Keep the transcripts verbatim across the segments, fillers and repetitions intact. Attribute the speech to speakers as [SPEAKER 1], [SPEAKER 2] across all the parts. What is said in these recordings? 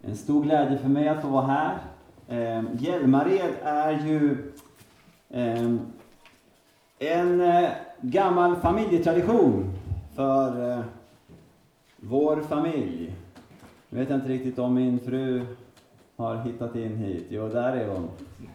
[SPEAKER 1] En stor glädje för mig att få vara här. Eh, Hjälmared är ju eh, en eh, gammal familjetradition för eh, vår familj. Jag vet inte riktigt om min fru har hittat in hit. Jo, där är hon.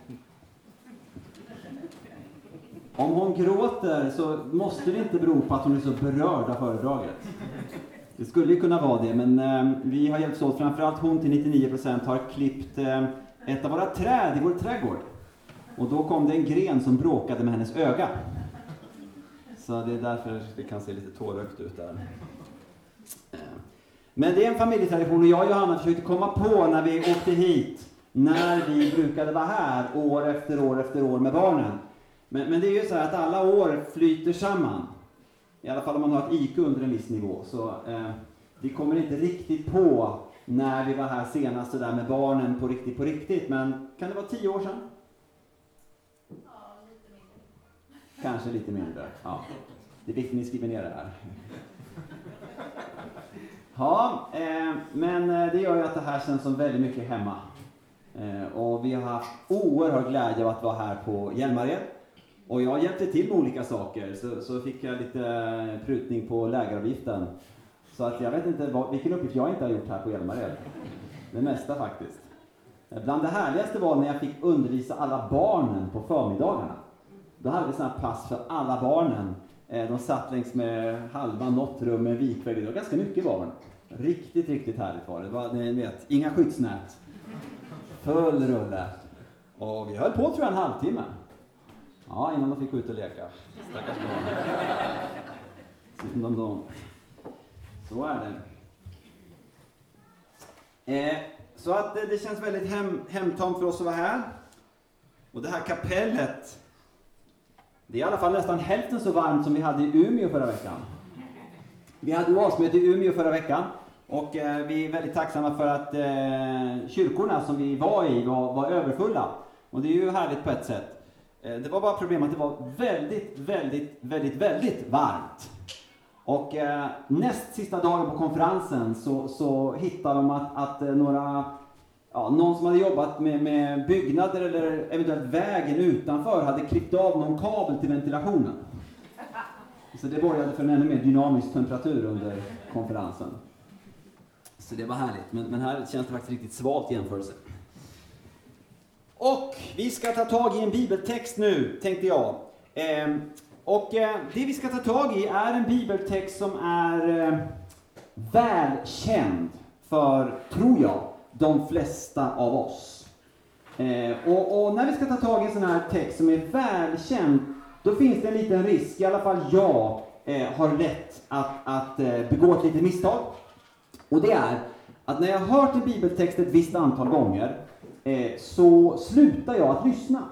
[SPEAKER 1] Om hon gråter så måste det inte bero på att hon är så berörd av föredraget. Det skulle ju kunna vara det, men eh, vi har hjälpts åt. Framförallt hon till nittionio procent har klippt eh, ett av våra träd i vår trädgård. Och då kom det en gren som bråkade med hennes öga. Så det är därför det kan se lite tårögt ut där. Eh. Men det är en familjetradition, och jag och Johanna försökte komma på när vi åkte hit, när vi brukade vara här år efter år efter år med barnen. Men, men det är ju så här att alla år flyter samman. I alla fall om man har ett I Q under en viss nivå. Så eh, vi kommer inte riktigt på när vi var här senast så där med barnen på riktigt på riktigt. Men kan det vara tio år sedan?
[SPEAKER 2] Ja, lite mindre.
[SPEAKER 1] Kanske lite mindre. Ja. Det är viktigt att ni skriver ner det här. Ja, eh, men det gör ju att det här känns som väldigt mycket hemma. Eh, och vi har haft oerhört glädje av att vara här på Hjälmared. Och jag hjälpte till med olika saker, så, så fick jag lite prutning på lägeravgiften. Så att jag vet inte vad, vilken uppgift jag inte har gjort här på Hjälmared. Det mesta faktiskt. Bland det härligaste var när jag fick undervisa alla barnen på förmiddagarna. Då hade vi sån här pass för alla barnen. De satt längs med halva något rum med vikvägg. Det var ganska mycket barn. Riktigt, riktigt härligt var det. Det var, ni vet, inga skyddsnät. Full rulle. Och vi höll på tror jag en halvtimme. Ja, innan de fick gå ut och leka. Stackars barn. de, de. Så är det. Eh, så att det, det känns väldigt hem, hemtamt för oss att vara här. Och det här kapellet, det är i alla fall nästan hälften så varmt som vi hade i Umeå förra veckan. Vi hade årsmöte i Umeå förra veckan. Och eh, vi är väldigt tacksamma för att eh, kyrkorna som vi var i var, var överfulla. Och det är ju härligt på ett sätt. Det var bara problemet att det var väldigt, väldigt, väldigt, väldigt varmt. Och eh, näst sista dagen på konferensen så, så hittade de att, att eh, några, ja, någon som hade jobbat med, med byggnader eller eventuellt vägen utanför hade klippt av någon kabel till ventilationen. Så det borgade för en ännu mer dynamisk temperatur under konferensen. Så det var härligt, men, men här känns det faktiskt riktigt svalt i jämförelse. Och vi ska ta tag i en bibeltext nu, tänkte jag. Eh, och eh, det vi ska ta tag i är en bibeltext som är eh, välkänd för, tror jag, de flesta av oss. Eh, och, och när vi ska ta tag i en sån här text som är välkänd, då finns det en liten risk, i alla fall jag eh, har lätt att, att eh, begå ett litet misstag. Och det är att när jag har hört en bibeltext ett visst antal gånger, Eh, så slutar jag att lyssna.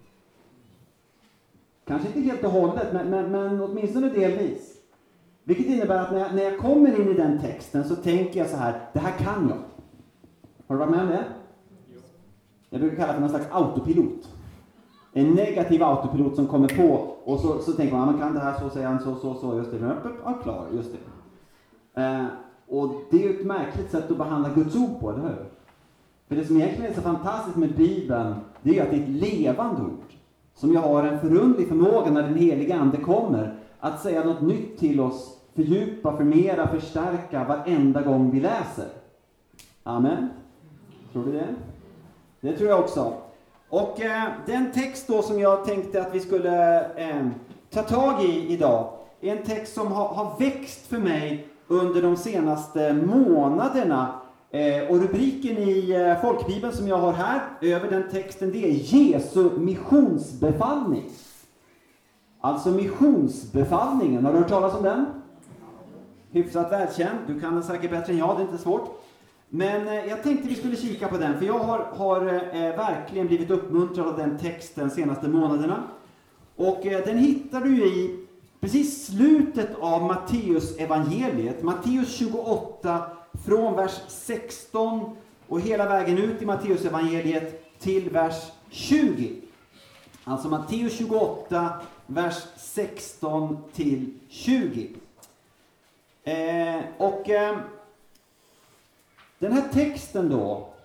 [SPEAKER 1] Kanske inte helt och hållet, men, men, men åtminstone delvis. Vilket innebär att när jag, när jag kommer in i den texten så tänker jag så här: det här kan jag. Har du varit med om det? Jag brukar kalla det för någon slags autopilot. En negativ autopilot som kommer på och så, så tänker man, man kan det här, så säger han, så, så, så, just det. Ja, klar, just det. Eh, och det är ju ett märkligt sätt att behandla Guds ord på, eller hur? För det som egentligen är så fantastiskt med Bibeln, det är ju att det är ett levande ord. Som jag har en förundlig förmåga när den heliga ande kommer att säga något nytt till oss, fördjupa, förmera, förstärka varenda gång vi läser. Amen. Tror du det? Det tror jag också. Och eh, den text då som jag tänkte att vi skulle eh, ta tag i idag är en text som har, har växt för mig under de senaste månaderna. Eh, och rubriken i eh, folkbibeln som jag har här över den texten, det är Jesu missionsbefallning. Alltså missionsbefallningen. Har du hört talas om den? Hyfsat välkänd. Du kan den säkert bättre än jag, det är inte svårt. Men eh, jag tänkte vi skulle kika på den, för jag har, har eh, verkligen blivit uppmuntrad av den texten de senaste månaderna. Och eh, den hittar du i precis slutet av Matteus evangeliet. Matteus tjugoåtta från vers sexton och hela vägen ut i Matteus evangeliet till vers tjugo. Alltså Matteus tjugoåtta, vers sexton till tjugo. Eh, och eh, den här texten då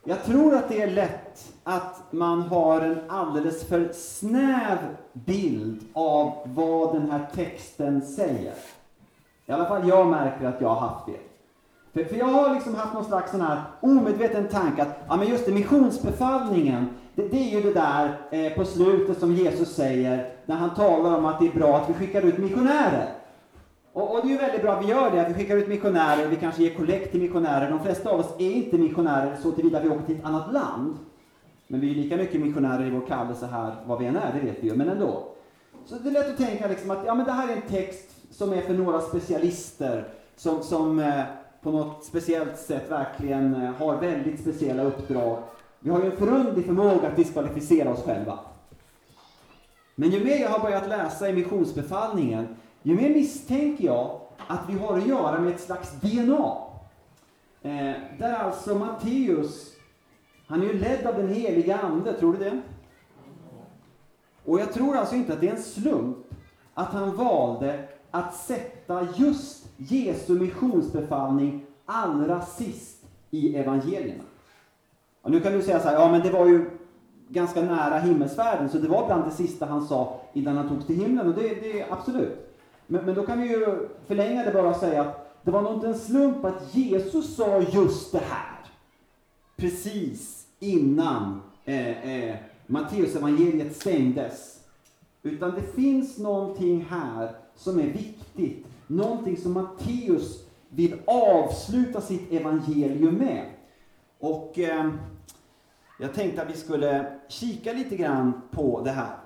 [SPEAKER 1] Jag tror att det är lätt att man har en alldeles för snäv bild av vad den här texten säger. I alla fall jag märker att jag har haft det. För, för jag har liksom haft någon slags sån här omedveten tanke att ja, men just det, missionsbefallningen, det, det är ju det där eh, på slutet som Jesus säger när han talar om att det är bra att vi skickar ut missionärer. Och, och det är ju väldigt bra att vi gör det, att vi skickar ut missionärer, vi kanske ger kollekt till missionärer. De flesta av oss är inte missionärer så tillvida att vi åker till ett annat land. Men vi är lika mycket missionärer i vår kallelse här, vad vi än är, det vet vi ju, men ändå. Så det är lätt att tänka liksom att ja, men det här är en text som är för några specialister som, som eh, på något speciellt sätt verkligen eh, har väldigt speciella uppdrag. Vi har ju en förunderlig förmåga att diskvalificera oss själva. Men ju mer jag har börjat läsa i missionsbefallningen, ju mer misstänker jag att vi har att göra med ett slags D N A. Eh, där alltså Matteus, han är ju ledd av den heliga ande, tror du det? Och jag tror alltså inte att det är en slump att han valde att sätta just Jesu missionsbefallning allra sist i evangelierna. Och nu kan du säga så här, ja men det var ju ganska nära himmelsfärden, så det var bland det sista han sa innan han togs till himlen, och det, det är absolut. Men, men då kan vi ju förlänga det bara och säga att det var nog inte en slump att Jesus sa just det här precis innan eh, eh, Matteus evangeliet stängdes. Utan det finns någonting här som är viktigt. Någonting som Matteus vill avsluta sitt evangelium med. Och eh, jag tänkte att vi skulle kika lite grann på det här.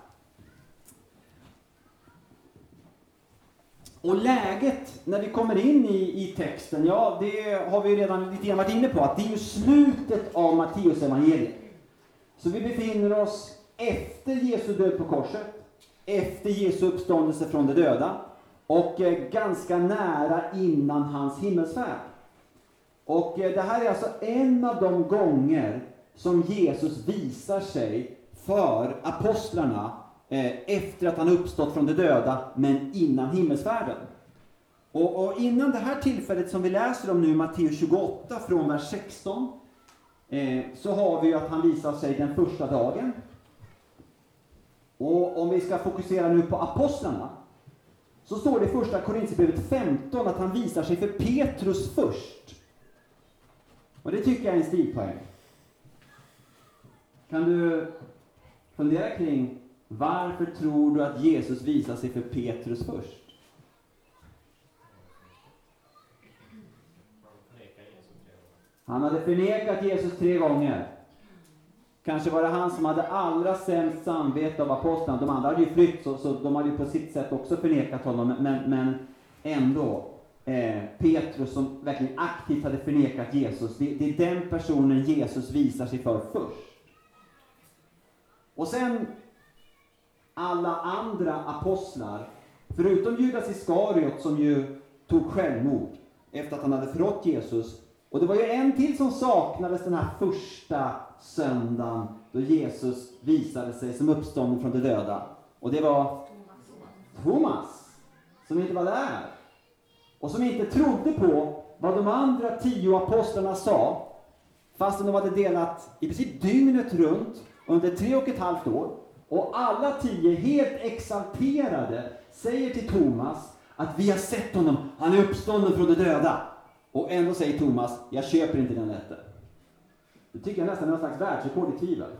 [SPEAKER 1] Och läget när vi kommer in i, i texten, ja det har vi redan lite grann varit inne på, att det är ju slutet av Matteus evangeliet. Så vi befinner oss efter Jesu död på korset, efter Jesu uppståndelse från de döda och eh, ganska nära innan hans himmelsfärd. Och eh, det här är alltså en av de gånger som Jesus visar sig för apostlarna eh, efter att han uppstått från de döda, men innan himmelsfärden. Och, och innan det här tillfället som vi läser om nu, Matteus tjugoåtta från vers sexton, eh, så har vi ju att han visar sig den första dagen. Och om vi ska fokusera nu på apostlarna, så står det i första Korinthierbrevet femton att han visar sig för Petrus först. Och det tycker jag är en stilpoäng. Kan du fundera kring varför tror du att Jesus visar sig för Petrus först? Han hade förnekat Jesus tre gånger. Kanske var det han som hade allra sämst samvete av apostlarna. De andra hade ju flytt, så, så de hade ju på sitt sätt också förnekat honom. Men, men ändå, eh, Petrus som verkligen aktivt hade förnekat Jesus. Det, det är den personen Jesus visar sig för först. Och sen alla andra apostlar, förutom Judas Iskariot som ju tog självmord efter att han hade förrått Jesus. Och det var ju en till som saknades den här första söndagen då Jesus visade sig som uppstånden från de döda. Och det var Thomas. Thomas, som inte var där. Och som inte trodde på vad de andra tio apostlarna sa, fastän de hade delat i princip dygnet runt under tre och ett halvt år. Och alla tio helt exalterade säger till Thomas att vi har sett honom, han är uppstånden från de döda. Och ändå säger Thomas, jag köper inte den rätten. Det tycker jag nästan är någon slags världsrekord i tvivel.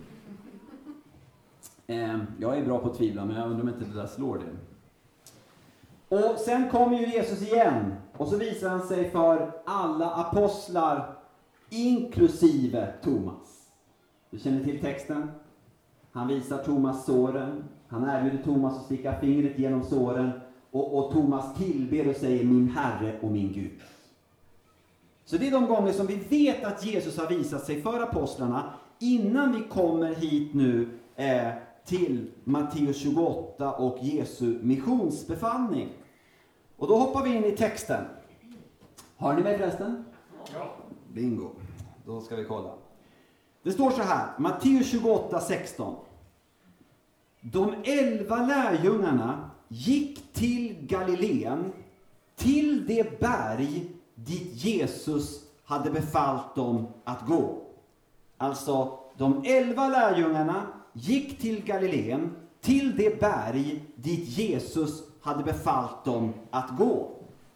[SPEAKER 1] Eh, jag är bra på att tvivla, men jag undrar om inte det där slår det. Och sen kommer ju Jesus igen. Och så visar han sig för alla apostlar, inklusive Thomas. Du känner till texten. Han visar Thomas såren. Han erbjuder Thomas att sticka fingret genom såren. Och, och Thomas tillber och säger, min Herre och min Gud. Så det är de gånger som vi vet att Jesus har visat sig för apostlarna innan vi kommer hit nu eh, till Matteus tjugoåtta och Jesu missionsbefallning. Och då hoppar vi in i texten. Har ni med förresten?
[SPEAKER 3] Ja.
[SPEAKER 1] Bingo. Då ska vi kolla. Det står så här, Matteus tjugoåtta sexton. De elva lärjungarna gick till Galileen, till det berg dit Jesus hade befallt dem att gå. Alltså, de elva lärjungarna gick till Galileen, till det berg dit Jesus hade befallt dem att gå.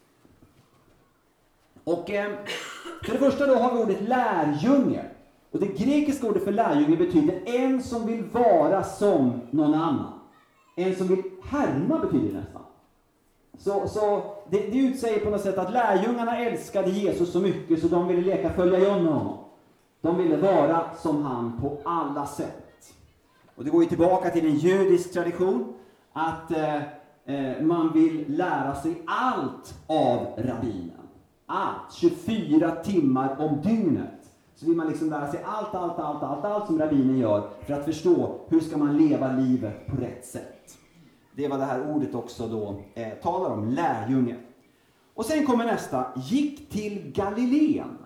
[SPEAKER 1] Och eh, för det första då har vi ordet lärjunge. Och det grekiska ordet för lärjunge betyder en som vill vara som någon annan. En som vill härma betyder det nästan. Så, så det, det utsäger på något sätt att lärjungarna älskade Jesus så mycket så de ville leka följa John med honom. De ville vara som han på alla sätt. Och det går ju tillbaka till en judisk tradition att eh, eh, man vill lära sig allt av rabbinen. Allt, tjugofyra timmar om dygnet. Så vill man liksom lära sig allt, allt, allt, allt, allt som rabbinen gör för att förstå hur ska man leva livet på rätt sätt. Det är vad det här ordet också då eh, talar om, lärjunge. Och sen kommer nästa, gick till Galileen.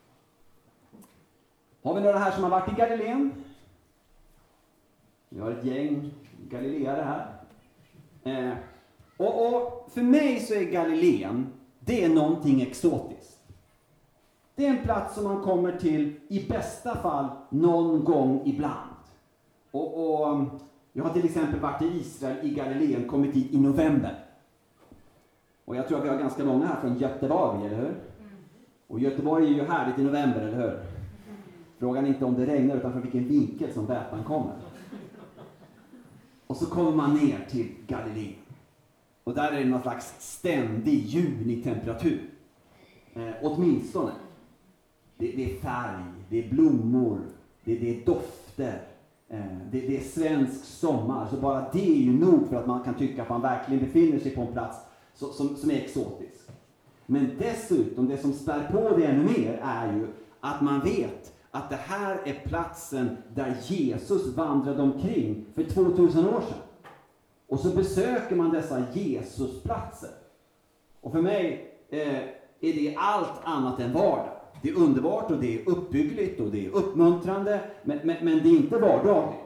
[SPEAKER 1] Har vi några här som har varit i Galileen? Vi har ett gäng galileare här. Eh, och, och för mig så är Galileen, det är någonting exotiskt. Det är en plats som man kommer till i bästa fall någon gång ibland. Och, och jag har till exempel varit i Israel i Galileen, kommit dit i november. Och jag tror att vi har ganska många här från Göteborg, eller hur? Och Göteborg är ju härligt i november, eller hur? Frågan är inte om det regnar utan från vilken vinkel som vätan kommer. Och så kommer man ner till Galileen. Och där är det någon slags ständig junitemperatur. Eh, åtminstone. Det, det är färg, det är blommor, det, det är dofter. Eh, det, det är svensk sommar. Så bara det är ju nog för att man kan tycka att man verkligen befinner sig på en plats så, som, som är exotisk. Men dessutom, det som spär på det ännu mer är ju att man vet att det här är platsen där Jesus vandrade omkring för tvåtusen år sedan. Och så besöker man dessa Jesusplatser. Och för mig eh, är det allt annat än vardag. Det är underbart och det är uppbyggligt och det är uppmuntrande. Men, men, men det är inte vardagligt.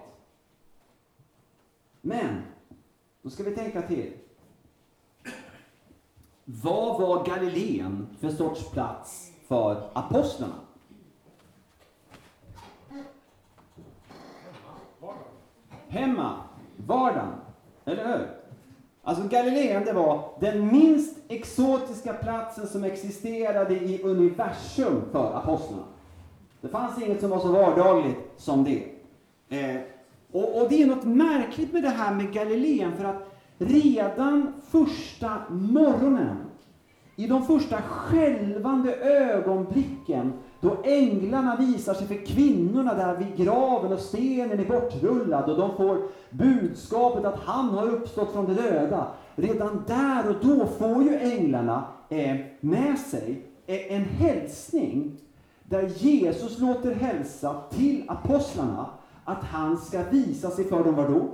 [SPEAKER 1] Men, då ska vi tänka till. Vad var Galileen för sorts plats för apostlarna? Hemma, vardagen, eller hur? Alltså Galileen, det var den minst exotiska platsen som existerade i universum för apostlarna. Det fanns inget som var så vardagligt som det. Eh, och, och det är något märkligt med det här med Galileen, för att redan första morgonen, i de första skälvande ögonblicken, då änglarna visar sig för kvinnorna där vid graven och stenen är bortrullad och de får budskapet att han har uppstått från de döda. Redan där och då får ju änglarna eh, med sig eh, en hälsning där Jesus låter hälsa till apostlarna att han ska visa sig för dem, var då?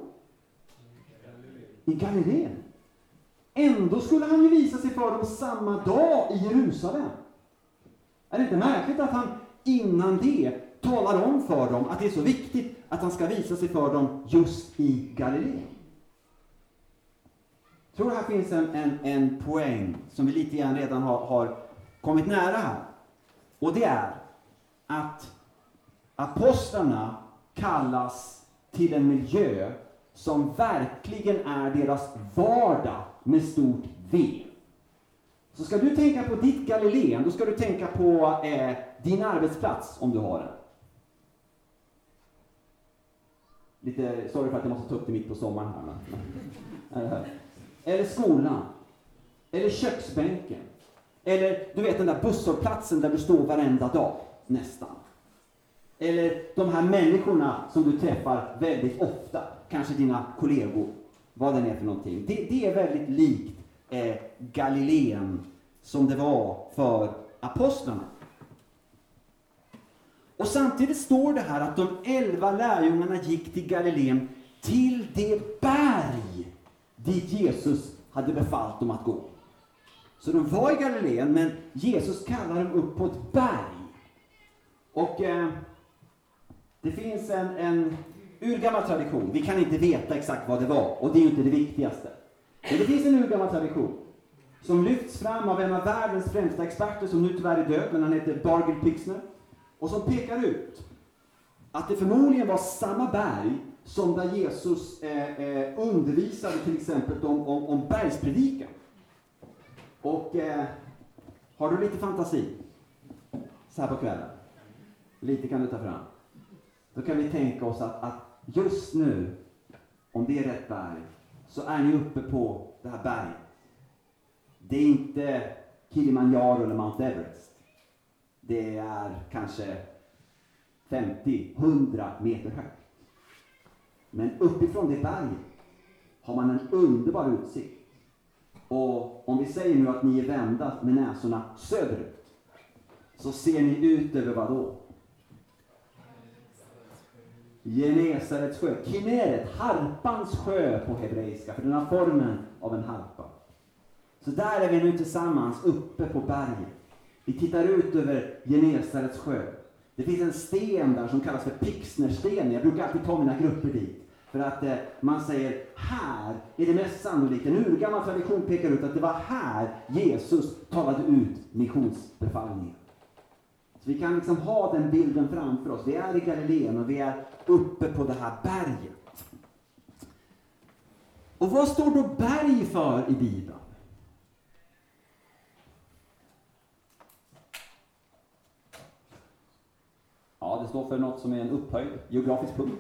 [SPEAKER 1] I Galileen. Ändå skulle han ju visa sig för dem samma dag i Jerusalem. Är det inte märkligt att han innan det talar om för dem att det är så viktigt att han ska visa sig för dem just i Galileen? Jag tror det här finns en, en, en poäng som vi lite grann redan har, har kommit nära här. Och det är att apostlarna kallas till en miljö som verkligen är deras vardag med stort V. Så ska du tänka på ditt Galileen, då ska du tänka på eh, din arbetsplats om du har den. Lite sorry för att jag måste ta upp det mitt på sommaren här. Men. Eller skolan. Eller köksbänken. Eller du vet den där busshållplatsen där du står varenda dag, nästan. Eller de här människorna som du träffar väldigt ofta. Kanske dina kollegor. Vad den är för någonting. Det, det är väldigt likt eh, Galileen som det var för apostlarna. Och samtidigt står det här att de elva lärjungarna gick till Galileen, till det berg dit Jesus hade befallt dem att gå. Så de var i Galileen, men Jesus kallar dem upp på ett berg. Och eh, det finns en, en urgammal tradition. Vi kan inte veta exakt vad det var, och det är ju inte det viktigaste. Men det finns en urgammal tradition som lyfts fram av en av världens främsta experter som nu tyvärr är död, men han heter Bargil Pixner. Och som pekar ut att det förmodligen var samma berg som där Jesus eh, eh, undervisade till exempel om, om, om bergspredikan. Och eh, har du lite fantasi så här på kvällen? Lite kan du ta fram. Då kan vi tänka oss att, att just nu, om det är rätt berg, så är ni uppe på det här berget. Det är inte Kilimanjaro eller Mount Everest. Det är kanske femtio hundra meter högt. Men uppifrån det berget har man en underbar utsikt. Och om vi säger nu att ni är vända med näsorna söderut, så ser ni ut över vad då? Genesarets sjö. Kinneret, harpans sjö på hebreiska, för den har formen av en harpa. Så där är vi nu tillsammans uppe på berget. Vi tittar ut över Genesarets sjö. Det finns en sten där som kallas för Pixnersten. Jag brukar alltid ta mina grupper dit. För att eh, man säger, här är det mest sannolikt. En urgammal tradition pekar ut att det var här Jesus talade ut missionsbefallningen. Så vi kan liksom ha den bilden framför oss. Vi är i Galileen och vi är uppe på det här berget. Och vad står då berg för i Bibeln? Ja, det står för något som är en upphöjd geografisk punkt.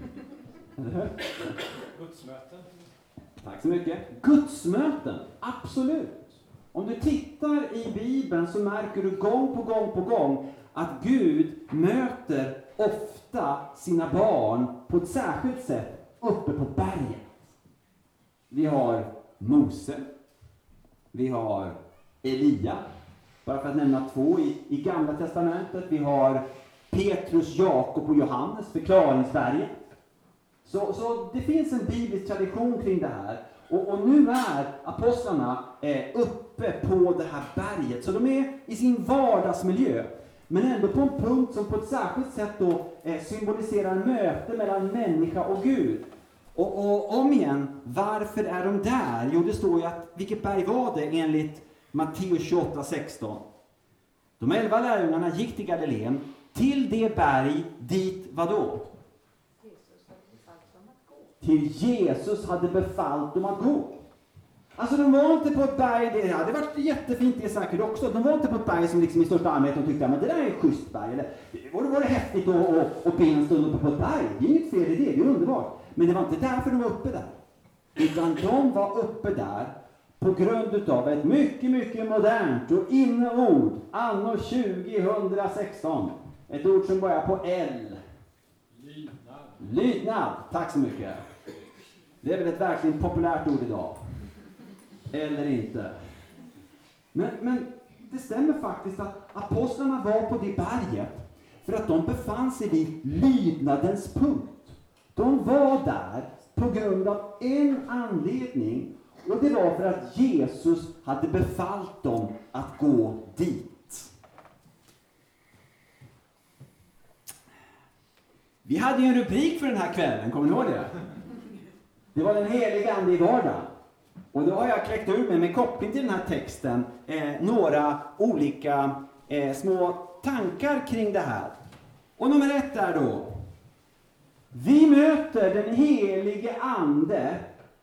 [SPEAKER 3] Gudsmöten.
[SPEAKER 1] Tack så mycket. Gudsmöten, absolut. Om du tittar i Bibeln så märker du gång på gång på gång att Gud möter ofta sina barn på ett särskilt sätt uppe på berget. Vi har Mose. Vi har Elia. Bara för att nämna två i, i Gamla testamentet. Vi har Petrus, Jakob och Johannes, förklaringsberget. Så, så det finns en biblisk tradition kring det här. Och, och nu är apostlarna eh, uppe på det här berget. Så de är i sin vardagsmiljö. Men ändå på en punkt som på ett särskilt sätt då eh, symboliserar möte mellan människa och Gud. Och, och om igen, varför är de där? Jo, det står ju att, vilket berg var det enligt Matteus tjugoåtta sexton? De elva lärjungarna gick till Galileen, till det berg dit vadå? Till Jesus hade befallt dem att gå. Alltså de var inte på ett berg, det hade varit jättefint det säkert också. De var inte på ett berg som liksom i största allmänhet de tyckte, men det där är ett schysst berg. Eller, det var, var det häftigt att och, och be en stund uppe på ett berg. Det är inget fel i det, det är underbart. Men det var inte därför de var uppe där. Utan de var uppe där på grund utav ett mycket, mycket modernt och inneord. Anno tjugohundrasexton. Ett ord som börjar på L.
[SPEAKER 3] Lydnad.
[SPEAKER 1] Lydnad, tack så mycket. Det är väl ett verkligen populärt ord idag. Eller inte. Men, men det stämmer faktiskt att apostlarna var på det berget för att de befann sig vid lydnadens punkt. De var där på grund av en anledning, och det var för att Jesus hade befallt dem att gå dit. Vi hade ju en rubrik för den här kvällen, kommer ni ihåg det? Det var den heliga ande i vardagen. Och då har jag kläckt ur mig med koppling till den här texten eh, några olika eh, små tankar kring det här. Och nummer ett är då: vi möter den helige ande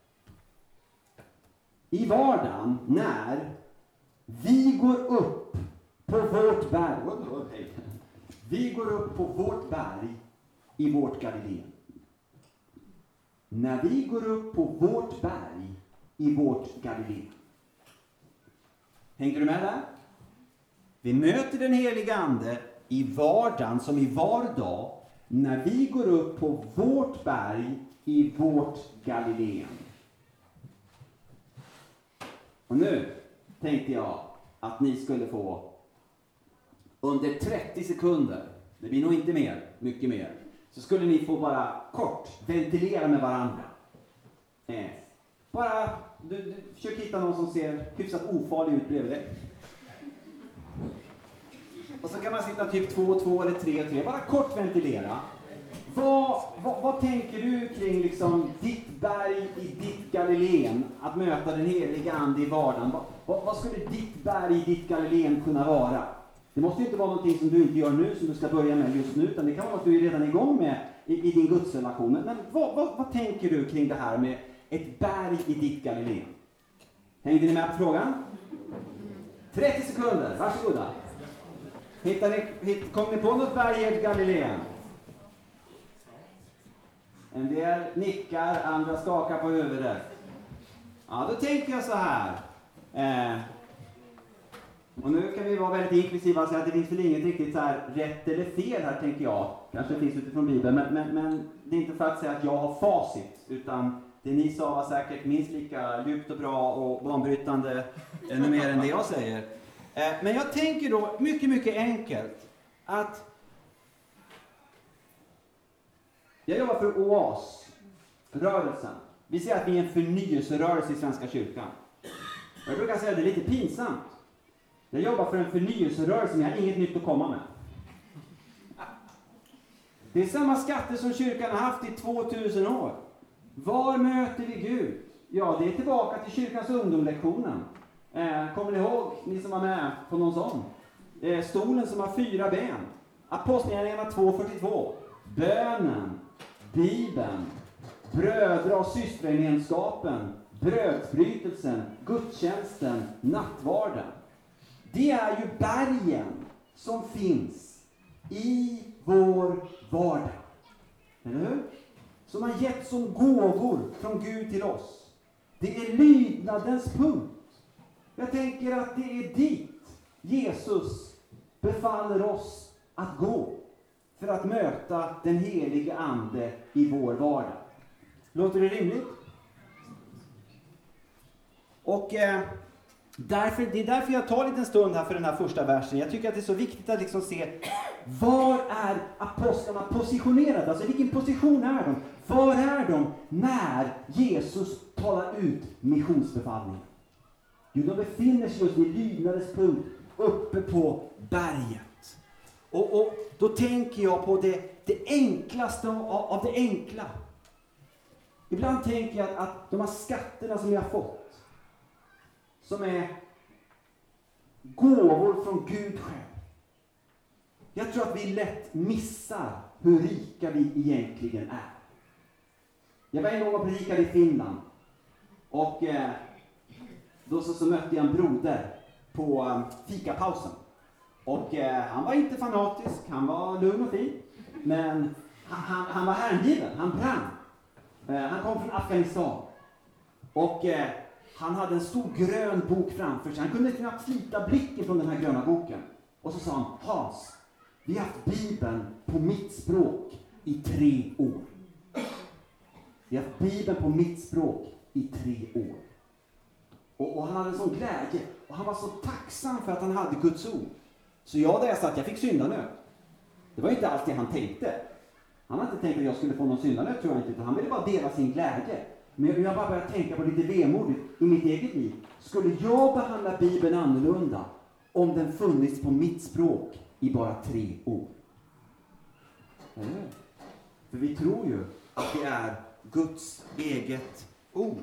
[SPEAKER 1] i vardagen när vi går upp på vårt berg. Vi går upp på vårt berg i vårt Galileen. När vi går upp på vårt berg i vårt Galileen. Hänger du med där? Vi möter den heliga ande i vardagen som i vardag när vi går upp på vårt berg i vårt Galileen. Och nu tänkte jag att ni skulle få under trettio sekunder, det blir nog inte mer, mycket mer, så skulle ni få bara kort ventilera med varandra. Eh, bara, du, du, försök hitta någon som ser hyfsat ofarlig ut bredvid dig. Och så kan man sitta typ två och två eller tre och tre. Bara kort ventilera. Vad, vad, vad tänker du kring liksom ditt berg i ditt Galileen? Att möta den heliga ande i vardagen. Vad, vad, vad skulle ditt berg i ditt Galileen kunna vara? Det måste ju inte vara någonting som du inte gör nu, som du ska börja med just nu, utan det kan vara att du är redan igång med i, i din gudsrelation. Men vad, vad, vad tänker du kring det här med ett berg i ditt Galileen? Hängde ni med på frågan? trettio sekunder, varsågoda. Hittar ni, hitt, kom ni på något berg i ert Galileen? En del nickar, andra skakar på huvudet. Ja, då tänker jag så här. Eh, och nu kan vi vara väldigt inklusiva och säga att det finns väl inget riktigt så här rätt eller fel här, tänker jag. Kanske det finns utifrån Bibeln, men, men, men det är inte för att säga att jag har facit, utan det ni sa var säkert minst lika djupt och bra och banbrytande, ännu mer än det jag säger. Eh, men jag tänker då mycket, mycket enkelt att jag jobbar för O A S-rörelsen. Vi säger att vi är en förnyelserörelse i Svenska kyrkan. Jag brukar säga att det är lite pinsamt. Jag jobbar för en förnyelserörelse, men jag har inget nytt att komma med. Det är samma skatter som kyrkan har haft i tvåtusen år. Var möter vi Gud? Ja, det är tillbaka till kyrkans ungdomslektionen. Eh, kommer ni ihåg, ni som var med på någon sån? Eh, stolen som har fyra ben. Apostlagärningarna två fyrtiotvå. Bönen, Bibeln, brödra- och systergemenskapen, brödsbrytelsen, gudstjänsten, nattvarden. Det är ju bergen som finns i vår vardag. Eller hur? Som har gett som gåvor från Gud till oss. Det är lydnadens punkt. Jag tänker att det är dit Jesus befaller oss att gå för att möta den helige ande i vår vardag. Låter det rimligt? Och eh, därför, det är därför jag tar en liten stund här för den här första versen. Jag tycker att det är så viktigt att liksom se, var är apostlarna positionerade? Alltså vilken position är de? Var är de när Jesus talar ut missionsbefallningen? Jo, de befinner sig just vid lydnadens punkt uppe på berget. Och, och då tänker jag på det, det enklaste av, av det enkla. Ibland tänker jag att, att de här skatterna som jag har fått, som är gåvor från Gud själv. Jag tror att vi lätt missar hur rika vi egentligen är. Jag var en gång och predikade i Finland. Och eh, då så, så mötte jag en broder på um, fikapausen. Och eh, han var inte fanatisk, han var lugn och fin. Men han, han, han var hängiven, han brann. Eh, han kom från Afghanistan. Och eh, han hade en stor grön bok framför sig. Han kunde knappt slita blicken från den här gröna boken. Och så sa han, Hans, vi har haft Bibeln på mitt språk i tre år. Vi har haft Bibeln på mitt språk i tre år. Och, och han hade en sån glädje. Och han var så tacksam för att han hade Guds ord. Så jag där jag satt, jag fick syndanöd. Det var inte alls det han tänkte. Han hade inte tänkt att jag skulle få någon syndanöd, tror jag inte. Utan han ville bara dela sin glädje. Men jag bara började tänka på lite vemodigt i mitt eget liv. Skulle jag behandla Bibeln annorlunda om den funnits på mitt språk i bara tre år? Eller? För vi tror ju att det är Guds eget ord.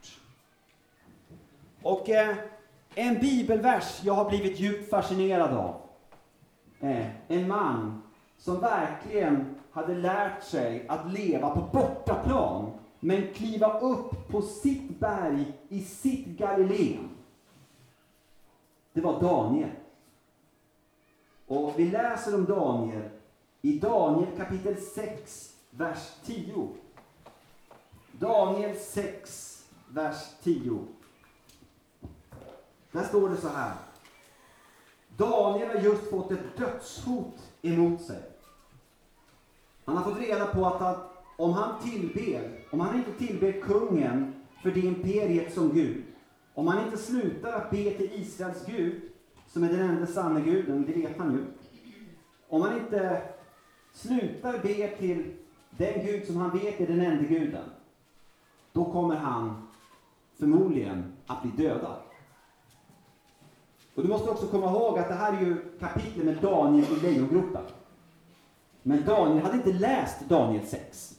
[SPEAKER 1] Och eh, en bibelvers jag har blivit djupt fascinerad av. Eh, en man som verkligen hade lärt sig att leva på bortaplan, men kliva upp på sitt berg i sitt Galileen. Det var Daniel. Och vi läser om Daniel i Daniel kapitel sex, vers tio. Daniel sex, vers tio. Där står det så här. Daniel har just fått ett dödshot emot sig. Han har fått reda på att, att om han tillber, om han inte tillber kungen för det imperiet som Gud, om han inte slutar att be till Israels Gud, som är den enda sanna guden, det vet han ju. Om han inte slutar be till den Gud som han vet är den enda guden, då kommer han förmodligen att bli dödad. Och du måste också komma ihåg att det här är ju kapitlet med Daniel i lejongropen. Men Daniel hade inte läst Daniel sex.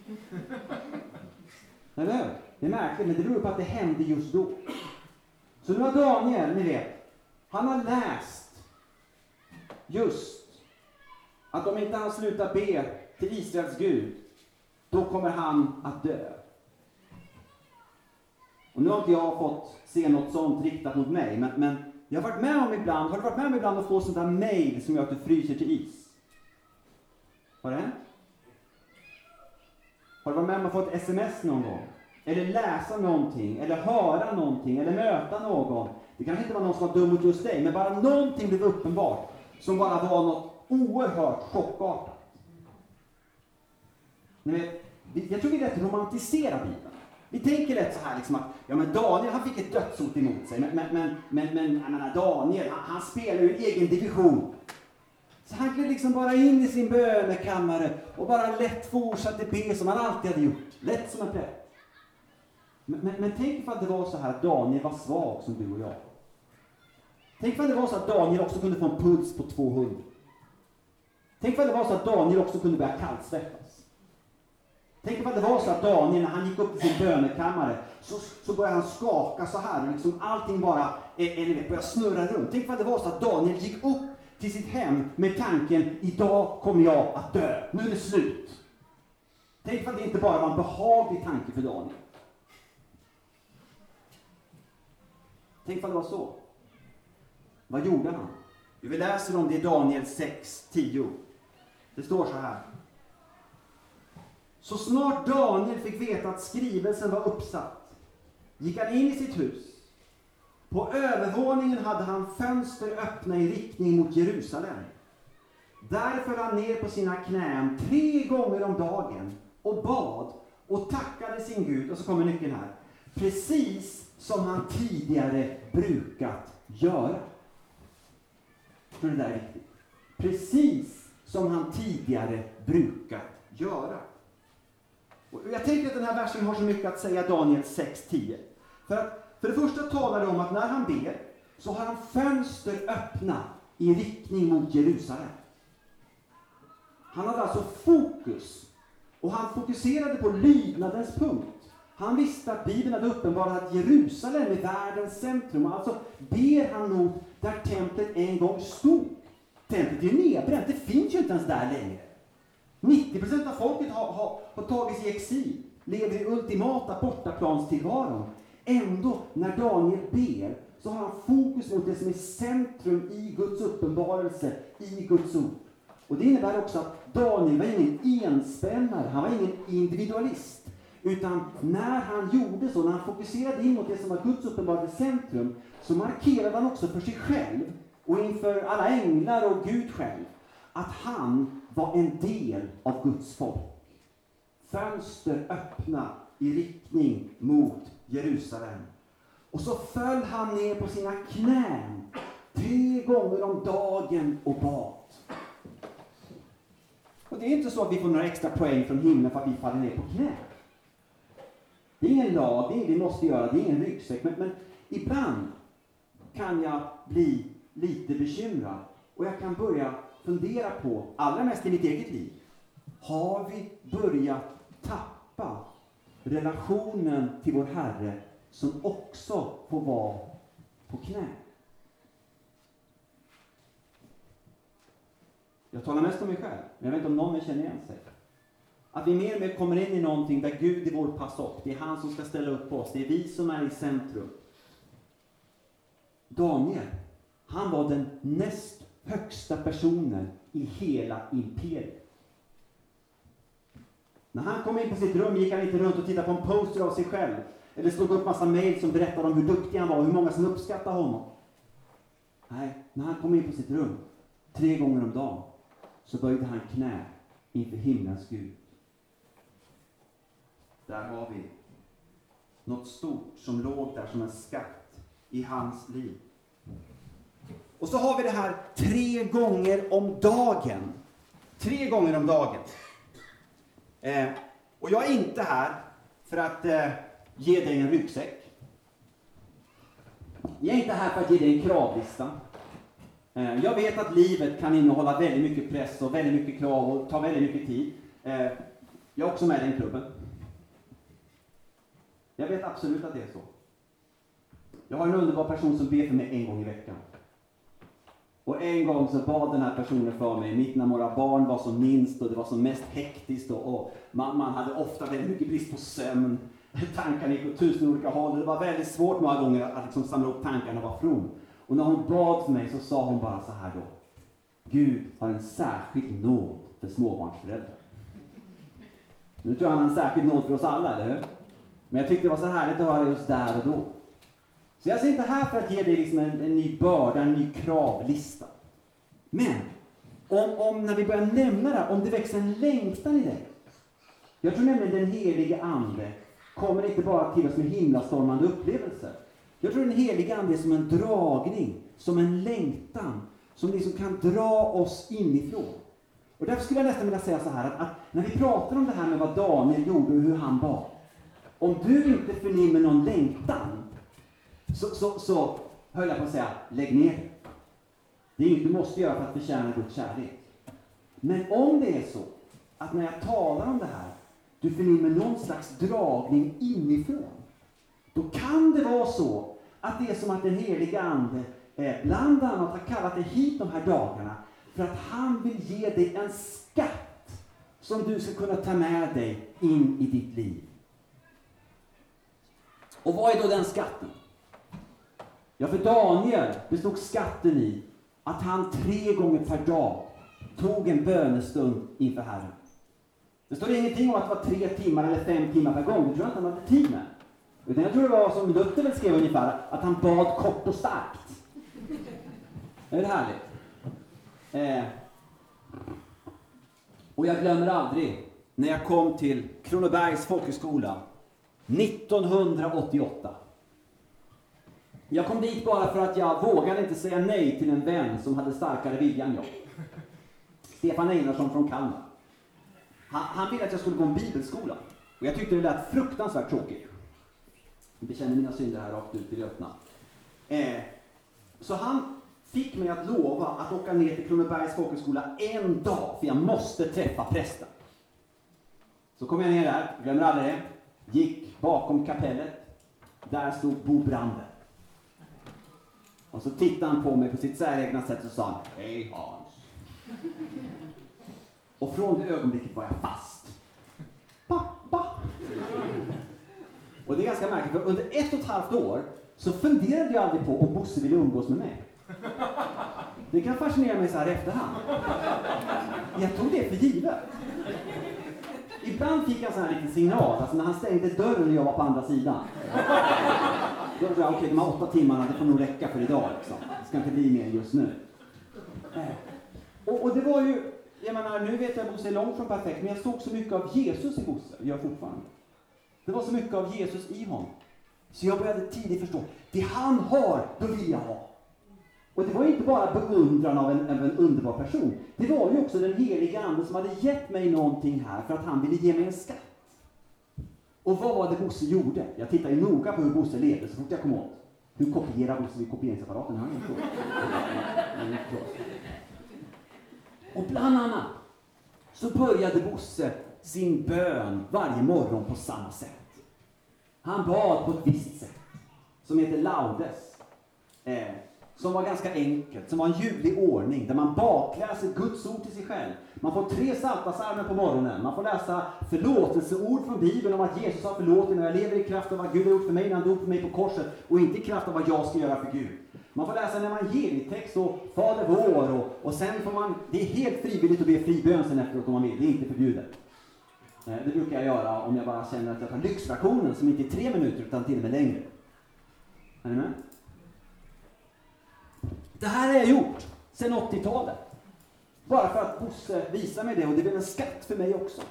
[SPEAKER 1] Eller hur? Det är märkligt, men det beror på att det hände just då. Så nu har Daniel, ni vet, han har läst just att om inte han slutar be till Israels Gud, då kommer han att dö. Och nu har inte jag fått se något sånt riktat mot mig, men, men jag har varit med om ibland, har du varit med om ibland att få sånt där mail som gör att du fryser till is? Har det hänt? Har du varit med om att få ett sms någon gång? Eller läsa någonting, eller höra någonting, eller möta någon? Det kanske inte var någon som var dum mot just dig, men bara någonting blev uppenbart som bara var något oerhört chockartat. Ni vet, jag tror vi rätt romantiserar Bibeln. Vi tänker lätt så här liksom att ja, men Daniel, han fick ett dödshot emot sig, men, men, men, men, men jag menar, Daniel, han, han spelar ju en egen division. Så han gled liksom bara in i sin bönekammare och bara lätt fortsatte be som han alltid hade gjort. Lätt som en plätt. Men, men, men tänk ifall det var så här att Daniel var svag som du och jag. Tänk ifall det var så att Daniel också kunde få en puls på tvåhundra. Tänk ifall det var så att Daniel också kunde börja kallsvettas. Tänk ifall det var så att Daniel, när han gick upp till sin bönekammare, så, så började han skaka så här. Och liksom allting bara eller vet, började snurra runt. Tänk ifall det var så att Daniel gick upp till sitt hem med tanken, idag kommer jag att dö. Nu är det slut. Tänk ifall det inte bara var en behaglig tanke för Daniel. Tänk ifall det var så. Vad gjorde han? Vi läser om det i Daniel sex tio. Det står så här. Så snart Daniel fick veta att skrivelsen var uppsatt, gick han in i sitt hus. På övervåningen hade han fönster öppna i riktning mot Jerusalem. Där föll han ner på sina knän tre gånger om dagen och bad och tackade sin Gud. Och så kommer nyckeln här. Precis som han tidigare brukat göra. För det där är viktigt. Precis som han tidigare brukat göra. Och jag tänker att den här versen har så mycket att säga, Daniel sex tio. För att för det första talar det om att när han ber så har han fönster öppna i riktning mot Jerusalem. Han hade alltså fokus. Och han fokuserade på lydnadens punkt. Han visste att Bibeln hade uppenbarat att Jerusalem är världens centrum. Alltså ber han mot där templet en gång stod. Templet är nedbränt. Det finns ju inte ens där längre. nittio procent av folket har, har, har tagits i exil. Lever i ultimata bortaplanstillvaron. Ändå, när Daniel ber, så har han fokus mot det som är centrum i Guds uppenbarelse, i Guds ord. Och det innebär också att Daniel var ingen enspännare, han var ingen individualist. Utan när han gjorde så, när han fokuserade in mot det som var Guds uppenbarelse centrum, så markerade han också för sig själv och inför alla änglar och Gud själv att han var en del av Guds folk. Fönster öppna i riktning mot Jerusalem. Och så föll han ner på sina knän tre gånger om dagen och bad. Och det är inte så att vi får några extra poäng från himlen för att vi faller ner på knä. Det är ingen lag, det är inget vi måste göra, det är ingen ryggsäck. Men, men ibland kan jag bli lite bekymrad. Och jag kan börja fundera på, allra mest i mitt eget liv. Har vi börjat tappa relationen till vår Herre som också får vara på knä? Jag talar mest om mig själv, men jag vet inte om någon känner igen sig. Att vi mer och mer kommer in i någonting där Gud är vår passock. Det är han som ska ställa upp på oss. Det är vi som är i centrum. Daniel, han var den näst högsta personen i hela imperiet. När han kom in på sitt rum gick han inte runt och tittade på en poster av sig själv. Eller slog upp massa mejl som berättade om hur duktig han var och hur många som uppskattade honom. Nej, när han kom in på sitt rum tre gånger om dagen så böjde han knä inför himlens Gud. Där har vi något stort som låg där som en skatt i hans liv. Och så har vi det här tre gånger om dagen. Tre gånger om dagen. Eh, och jag är inte här för att eh, ge dig en ryggsäck. Jag är inte här för att ge dig en kravlista. Eh, jag vet att livet kan innehålla väldigt mycket press och väldigt mycket krav och ta väldigt mycket tid. Eh, jag är också med i den klubben. Jag vet absolut att det är så. Jag har en underbar person som ber för mig en gång i veckan. Och en gång så bad den här personen för mig, mitt när våra barn var som minst och det var som mest hektiskt och, och man, man hade ofta väldigt mycket brist på sömn. Tankarna gick åt tusen olika håll. Det var väldigt svårt många gånger att liksom samla upp tankarna och vara from. Och när hon bad för mig så sa hon bara så här då: Gud har en särskild nåd för småbarnsföräldrar. Nu tror jag han har en särskild nåd för oss alla, eller hur? Men jag tyckte det var så härligt att höra just där och då. Så jag är inte här för att ge dig liksom en, en ny börda, en ny kravlista. Men om, om när vi börjar nämna det här, om det växer en längtan i dig. Jag tror nämligen den helige ande kommer inte bara till oss med himlastormande upplevelser. Jag tror den helige ande är som en dragning, som en längtan, som liksom kan dra oss inifrån. Och därför skulle jag nästan vilja säga så här, att, att när vi pratar om det här med vad Daniel gjorde och hur han bad. Om du inte förnimmer någon längtan, så, så, så höll jag på att säga, lägg ner. Det är inget du måste göra för att förtjäna Guds kärlek. Men om det är så, att när jag talar om det här, du förnimmer någon slags dragning inifrån, då kan det vara så att det är som att den heliga ande eh, bland annat har kallat dig hit de här dagarna för att han vill ge dig en skatt som du ska kunna ta med dig in i ditt liv. Och vad är då den skatten? Ja, för Daniel bestod skatten i att han tre gånger per dag tog en bönestund inför Herren. Det står ingenting om att det var tre timmar eller fem timmar per gång. Det tror jag inte han hade tid med. Utan jag tror det var som Luther väl skrev ungefär, att han bad kort och starkt. Är det härligt? Eh. Och jag glömmer aldrig när jag kom till Kronobergs folkhögskola nittonhundraåttioåtta. Jag kom dit bara för att jag vågade inte säga nej till en vän som hade starkare vilja än jag. Stefan Einarsson från Kalmar. Han, han ville att jag skulle gå en bibelskola. Och jag tyckte det lät fruktansvärt tråkigt. Jag bekänner mina synder här rakt ut i det öppna. Eh, så han fick mig att lova att åka ner till Kronobergs folkhögskola en dag. För jag måste träffa prästen. Så kom jag ner där, glömmer aldrig det. Gick bakom kapellet. Där stod Bo Brander. Och så tittade han på mig på sitt säregna sätt och sa: Hej Hans. Och från det ögonblicket var jag fast. Pappa. Och det är ganska märkligt, för under ett och ett halvt år så funderade jag aldrig på om Bosse ville umgås med mig. Det kan fascinera mig så här i efterhand. Jag tog det för givet. Ibland fick jag så här liten signal, alltså när han stängde dörren och jag var på andra sidan. Då sa jag, okej, okay, de här åtta timmarna, det får nog räcka för idag liksom. Det ska inte bli mer just nu. Och, och det var ju, jag menar, nu vet jag att Bosse är långt från perfekt, men jag såg så mycket av Jesus i Bosse, jag gör fortfarande. Det var så mycket av Jesus i honom. Så jag började tidigt förstå, det han har, då vill jag ha. Och det var inte bara beundran av en, av en underbar person. Det var ju också den heliga ande som hade gett mig någonting här för att han ville ge mig en skatt. Och vad var det Bosse gjorde? Jag tittade ju noga på hur Bosse levde så fort jag kom åt. Hur kopierar Bosse vid kopieringsapparaten? Har jag inte Och bland annat så började Bosse sin bön varje morgon på samma sätt. Han bad på ett visst sätt som heter laudes. Eh, som var ganska enkelt, som var en ljuvlig ordning där man bakläser Guds ord till sig själv. Man får tre psaltarpsalmer på morgonen. Man får läsa förlåtelseord från Bibeln om att Jesus har förlåtit när jag lever i kraft av vad Gud har gjort för mig när han dog för mig på korset och inte i kraft av vad jag ska göra för Gud. Man får läsa en evangelietext och Fader vår och, och sen får man, det är helt frivilligt att be fribön sen efteråt om man vill, det är inte förbjudet. Det brukar jag göra om jag bara känner att jag tar lyxfraktionen som inte är tre minuter utan till och med längre. Är ni med? Det här har jag gjort sedan åttiotalet. Bara för att Bosse visar mig det och det blir en skatt för mig också.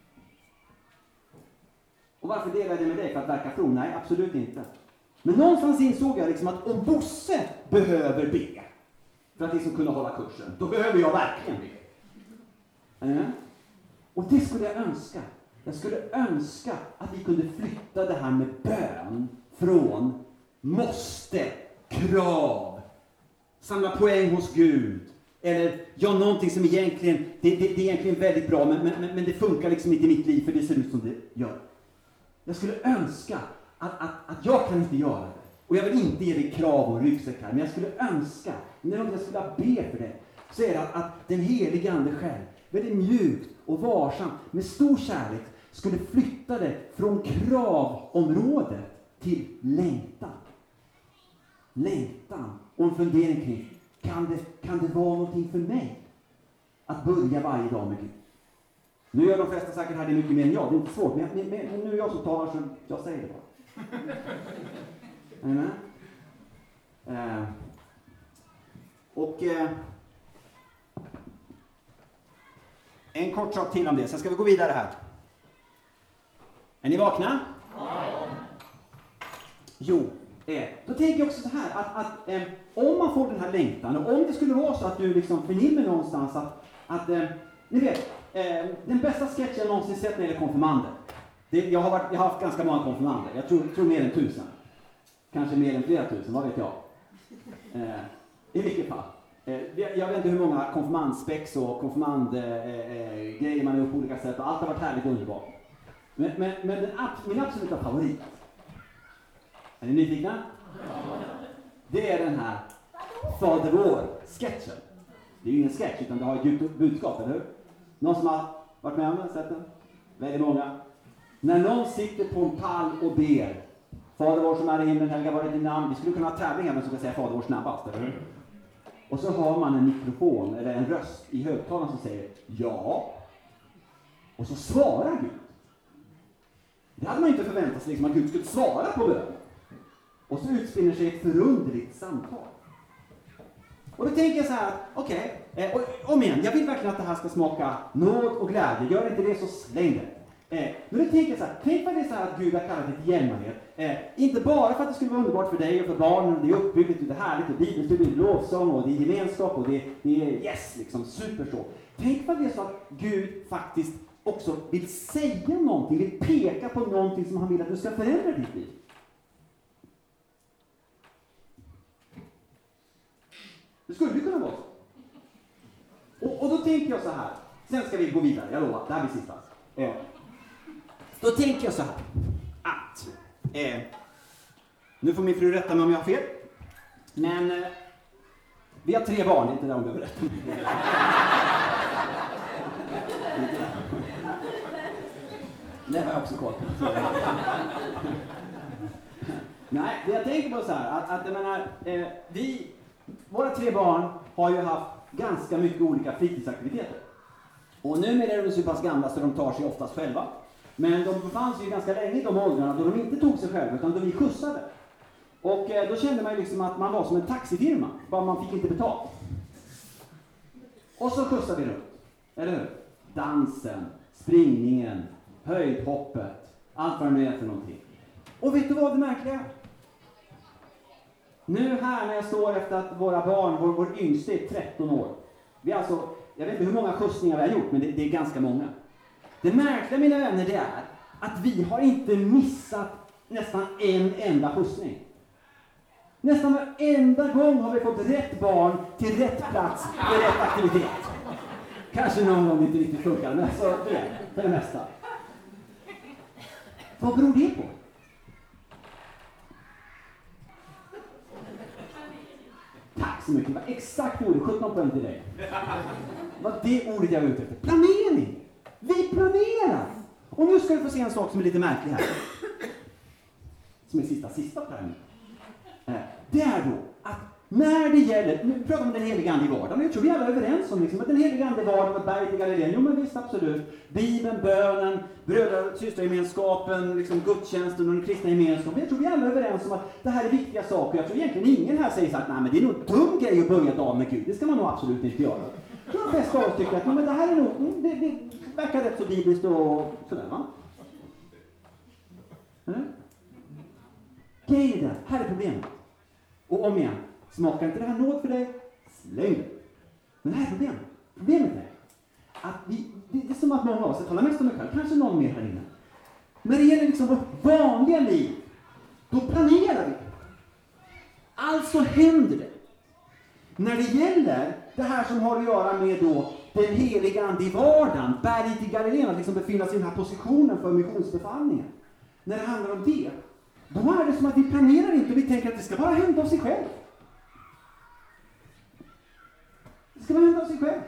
[SPEAKER 1] Och varför delar jag det med dig? För att verka from? Nej, absolut inte. Men någonstans insåg jag liksom att om Bosse behöver be för att liksom kunna hålla kursen, då behöver jag verkligen be. Är ni med? Och det skulle jag önska. Jag skulle önska att vi kunde flytta det här med bön från måste, krav, samla poäng hos Gud. Eller ja, någonting som egentligen, det, det, det är egentligen väldigt bra, men, men, men det funkar liksom inte i mitt liv för det ser ut som det gör. Jag skulle önska att, att, att jag kan inte göra det. Och jag vill inte ge dig krav och ryggsäck här, men jag skulle önska, när jag skulle be för dig, så är det att, att den helige ande själv, väldigt mjukt och varsamt, med stor kärlek, skulle flytta dig från kravområdet till längtan. Längtan och en fundering kring, kan det, kan det vara någonting för mig att börja varje dag med Gud? Nu gör de flesta säkert här det mycket mer än jag, det är inte svårt, men, men, men nu är jag som talar så jag säger det bara. Amen. Eh. Och eh, en kort sak till om det, sen ska vi gå vidare här. Är ni vakna? Ja. Jo, eh, då tänker jag också så här att, att eh, om man får den här längtan, och om det skulle vara så att du liksom förnimmer någonstans att, att eh, ni vet, eh, den bästa sketchen jag någonsin sett när det gäller konfirmander. Det, jag, har varit, jag har haft ganska många konfirmander, jag tror, tror mer än tusen. Kanske mer än flera tusen, vad vet jag. Eh, I vilket fall. Eh, jag vet inte hur många konfirmandspex och konfirmandgrejer eh, eh, man har gjort på olika sätt, och allt har varit härligt och underbart. Men, men, men den, min absoluta favorit, är ni nyfikna? Det är den här Fader vår-sketchen. Det är ju ingen sketch, utan det har ett djupt budskap, eller hur? Någon som har varit med om den, sett den? Väldigt många. När någon sitter på en pall och ber, Fader vår som är i himlen, helga vare ditt namn. Vi skulle kunna ha tävling här, men som ska säga Fader vår snabbast, eller hur? Och så har man en mikrofon, eller en röst i högtalaren som säger ja. Och så svarar Gud. Det hade man inte förväntat sig, liksom, att Gud skulle svara på bönen. Och så utspinner sig ett förunderligt samtal. Och då tänker jag så här, okej, okay, eh, om igen, jag vill verkligen att det här ska smaka nåd och glädje. Gör inte det så släng det. Eh, men då tänker jag så här, tänk vad det är så här att Gud har kallat det till hjälmarhet. Eh, inte bara för att det skulle vara underbart för dig och för barnen, det är uppbyggligt och det är härligt och bibelstudier, det är lovsång och det är gemenskap och det, det är yes, liksom super så. Tänk vad det är så att Gud faktiskt också vill säga någonting, vill peka på någonting som han vill att du ska förändra ditt liv. Det skulle ju kunna vara så. Och, och då tänker jag så här. Sen ska vi gå vidare, jag lovar. Det här blir sista. Eh. Då tänker jag så här. Att. Eh, nu får min fru rätta mig om jag har fel. Men. Eh, vi har tre barn, inte där hon behöver rätta mig. Det har jag också koll på. Nej, det jag tänker på så här. Att, att jag menar. Eh, vi. Våra tre barn har ju haft ganska mycket olika fritidsaktiviteter. Och nu är de så pass gamla så de tar sig oftast själva. Men de befann sig ju ganska länge i de åldrarna då de inte tog sig själva utan då vi skjutsade. Och eh, då kände man ju liksom att man var som en taxifirma. Bara man fick inte betalt. Och så skjutsade vi runt. Eller hur? Dansen, springningen, höjdhoppet. Allt vad det nu är för någonting. Och vet du vad det märkliga är? Nu här när jag står efter att våra barn, vår, vår yngste är tretton år. Vi alltså, jag vet inte hur många skjutsningar vi har gjort, men det, det är ganska många. Det märkliga, mina vänner, det är att vi har inte missat nästan en enda skjutsning. Nästan varenda gång har vi fått rätt barn till rätt plats för rätt aktivitet. Kanske någon gång inte riktigt funkar, men så det är för det mesta. Vad beror det på? Tack så mycket. Det var exakt ordet. sjutton poäng till dig. Det var det ordet jag var ute efter. Planering. Vi planerar. Och nu ska du få se en sak som är lite märklig här. Som är sista, sista på det här. Det är då att när det gäller, nu pratar vi om den heliga ande i vardagen. Jag tror vi alla är överens om liksom, att den heliga ande i vardagen och berget i Galileen. Jo men visst, absolut. Bibeln, bönen, bröder- och systergemenskapen, liksom gudstjänsten och den kristna gemenskapen. Jag tror vi alla är överens om att det här är viktiga saker. Jag tror egentligen ingen här säger så att nej, men det är nog en dum grej att börja dag med Gud. Det ska man nog absolut inte göra. Jag tror de flesta av oss tycker att nej, men det här är nog, det, det verkar rätt så bibliskt och sådär, va? Eller? Grejen är det, här är problemet. Och om igen, smakar inte det här nåd för dig? Släng det. Men det här är problemet. Problemet är att vi, det, det är som att många av oss, jag talar mest om mig själv, kanske någon mer här inne. När det gäller liksom vårt vanliga liv, då planerar vi. Alltså händer det. När det gäller det här som har att göra med då den heliga ande i vardagen, berget i Galileen, att liksom befinna sig i den här positionen för missionsbefallningen. När det handlar om det, då är det som att vi planerar inte och vi tänker att det ska bara hända av sig själv. Det ska bara hända av sig själv.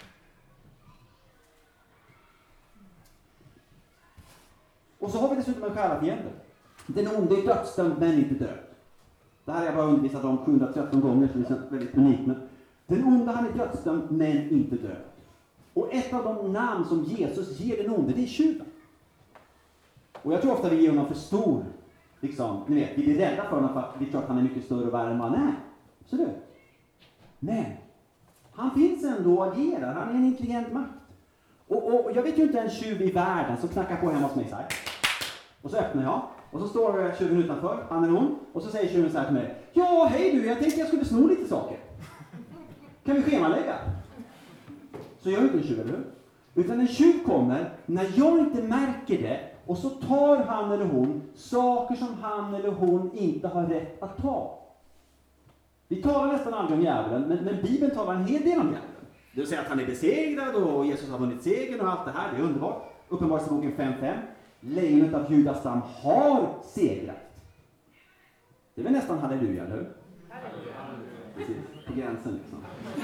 [SPEAKER 1] Och så har vi dessutom en själafiende. Den onde är dödsdömd men inte död. Det här har jag bara undervisat om sjuhundratretton gånger, så det är väldigt unikt. Men den onde, han är dödsdömd men inte död. Och ett av de namn som Jesus ger den onde, det är tjuven. Och jag tror ofta vi ger honom för stor, liksom, ni vet, vi blir rädda för honom för att vi tror att han är mycket större och värre än vad han är. Så du. Men han finns ändå och agerar, han är en intelligent makt. Och, och jag vet ju inte en tjuv i världen som knackar på hemma hos mig så här. Och så öppnar jag. Och så står tjuven utanför, han eller hon. Och så säger tjuven så här till mig. Ja, hej du, jag tänkte jag skulle sno lite saker. Kan vi schemalägga? Så gör inte en tjuv, eller hur? Utan en tjuv kommer när jag inte märker det. Och så tar han eller hon saker som han eller hon inte har rätt att ta. Vi talar nästan aldrig om djävulen, men, men Bibeln talar en hel del om djävulen. Det vill säga att han är besegrad och Jesus har vunnit segern och allt det här. Det är underbart. Uppenbarelseboken fem fem. Lejonet av Judas stam har segrat. Det är väl nästan halleluja, eller hur? Precis, på gränsen liksom.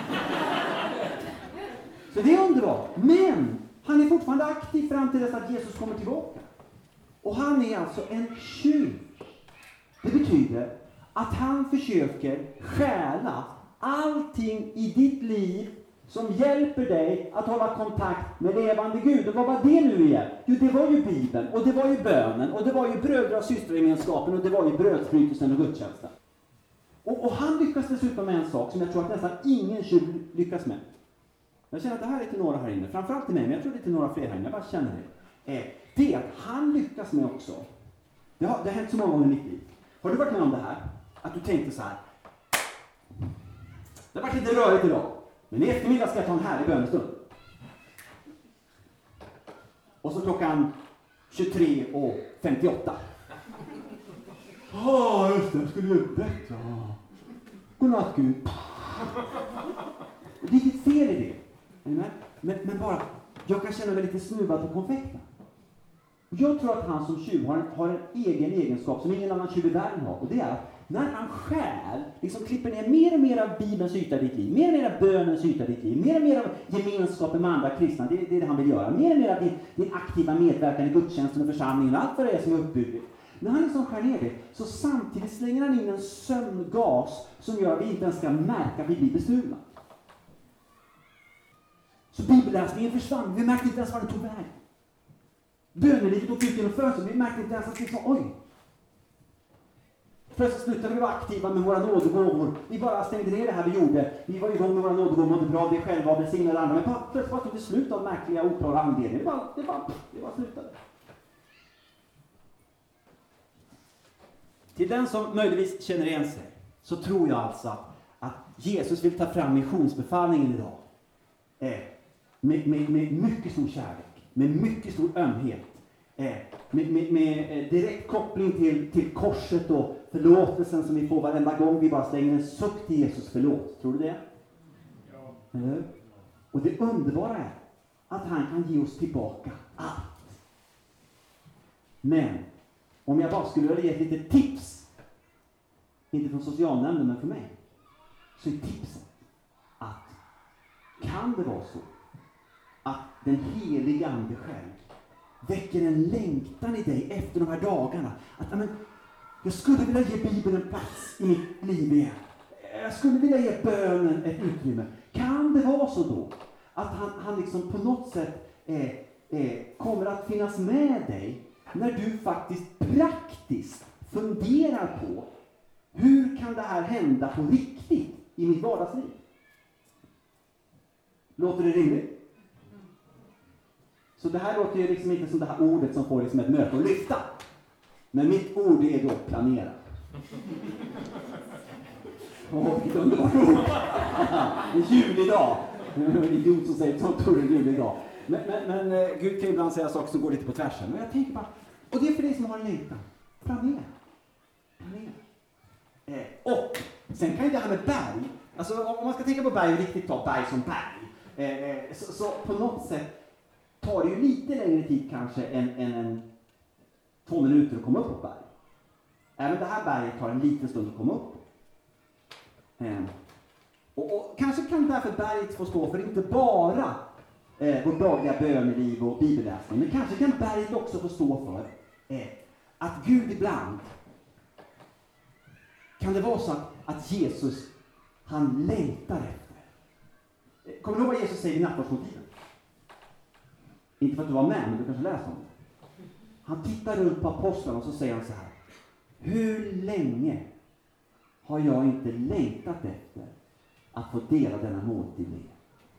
[SPEAKER 1] Så det är underbart. Men han är fortfarande aktiv fram till dess att Jesus kommer tillbaka. Och han är alltså en tjuv. Det betyder att han försöker stjäla allting i ditt liv som hjälper dig att hålla kontakt med levande Gud. Och vad var det nu igen? Jo, det var ju Bibeln, och det var ju bönen, och det var ju bröder- och systergemenskapen, och det var ju brödsbrytelsen och gudstjänsten. Och, och han lyckas dessutom med en sak som jag tror att nästan ingen tjuv lyckas med. Jag känner att det här är till några här inne, framförallt till mig, men jag tror det är till några fler här inne, jag bara känner det. Eh, det är att han lyckas med också. Det har, det har hänt så många gånger i mitt liv. Har du varit med om det här? Att du tänkte så här. Det har varit lite rörigt idag. Men i eftermiddag ska jag ta en härlig bönestund. Och så klockan tjugotre och femtioåtta. Ja, just det. Jag skulle ju bättre. Godnatt, Gud. Det är inget fel i det. Men, men bara, jag kan känna mig lite snuvad på konfekten. Jag tror att han som tjuv har en, har en egen egenskap som ingen annan tjuv i världen har. Och det är att när han skär, liksom klipper ner mer och mer av Bibelns yta i ditt liv, mer och mer av bönens yta i ditt liv, mer och mer av gemenskapen med andra kristna, det, det är det han vill göra. Mer och mer av din, din aktiva medverkan i gudstjänsten och församlingen och allt vad det är som är uppbyggt. När han liksom skär ner det, så samtidigt slänger han in en sömngas som gör att vi inte ens ska märka att vi blir bestulna. Så bibelläsningen försvann, vi märkte inte ens vad det tog vägen. Bönelivet åkte ut genom fönstret, vi märkte inte ens att vi sa oj. Plötsligt slutade vi vara aktiva med våra nådegåvor. Vi bara stängde ner det här vi gjorde. Vi var igång med våra nådegåvor, mådde bra, vi själva och välsignade andra. Men plötsligt bara tog det slut av märkliga oklara anledningar. Det bara, det bara, det bara slutade. Till den som möjligtvis känner igen sig, så tror jag alltså att Jesus vill ta fram missionsbefallningen idag. Eh, med, med, med mycket stor kärlek, med mycket stor ömhet. Eh, med, med, med direkt koppling till, till korset och förlåtelsen som vi får varenda gång vi bara slänger en suck till Jesus förlåt. Tror du det? Ja. Eller? Och det underbara är att han kan ge oss tillbaka allt. Men om jag bara skulle vilja ge ett litet tips, inte från socialnämnden men för mig, så är tipset att kan det vara så att den heliga ande själv väcker en längtan i dig efter de här dagarna. Att amen, jag skulle vilja ge Bibeln en plats i mitt liv igen. Jag skulle vilja ge bönen ett utrymme. Kan det vara så då att han, han liksom på något sätt eh, eh, kommer att finnas med dig när du faktiskt praktiskt funderar på hur kan det här hända på riktigt i mitt vardagsliv? Låter det rimligt? Så det här låter ju liksom inte som det här ordet som får liksom ett möte att lyfta. Men mitt ord är då planera. Åh, vilket underbart ord! En julidag. En idiot som säger sånt ord en julidag. Men, men, men Gud kan ju ibland säga saker som går lite på tvärsen. Men jag tänker bara, och det är för dig som har en längtan. Planera. Planera. Eh, och sen kan ju det här med berg. Alltså om man ska tänka på berg och riktigt ta berg som berg. Eh, så, så på något sätt tar det ju lite längre tid kanske än, än en två minuter att komma upp på berg. även det här berget tar en liten stund att komma upp. Eh, och, och kanske kan därför berget få stå för inte bara eh, vårt dagliga böneliv och bibelläsning, men kanske kan berget också få stå för eh, att Gud ibland, kan det vara så att, att Jesus, han längtar efter. Eh, kommer du ihåg vad Jesus säger i nattvardsmåltiden? Inte för att du var med, men du kanske läste om det. Han tittar runt på apostlarna och så säger han så här: hur länge har jag inte längtat efter att få dela denna måltid med er?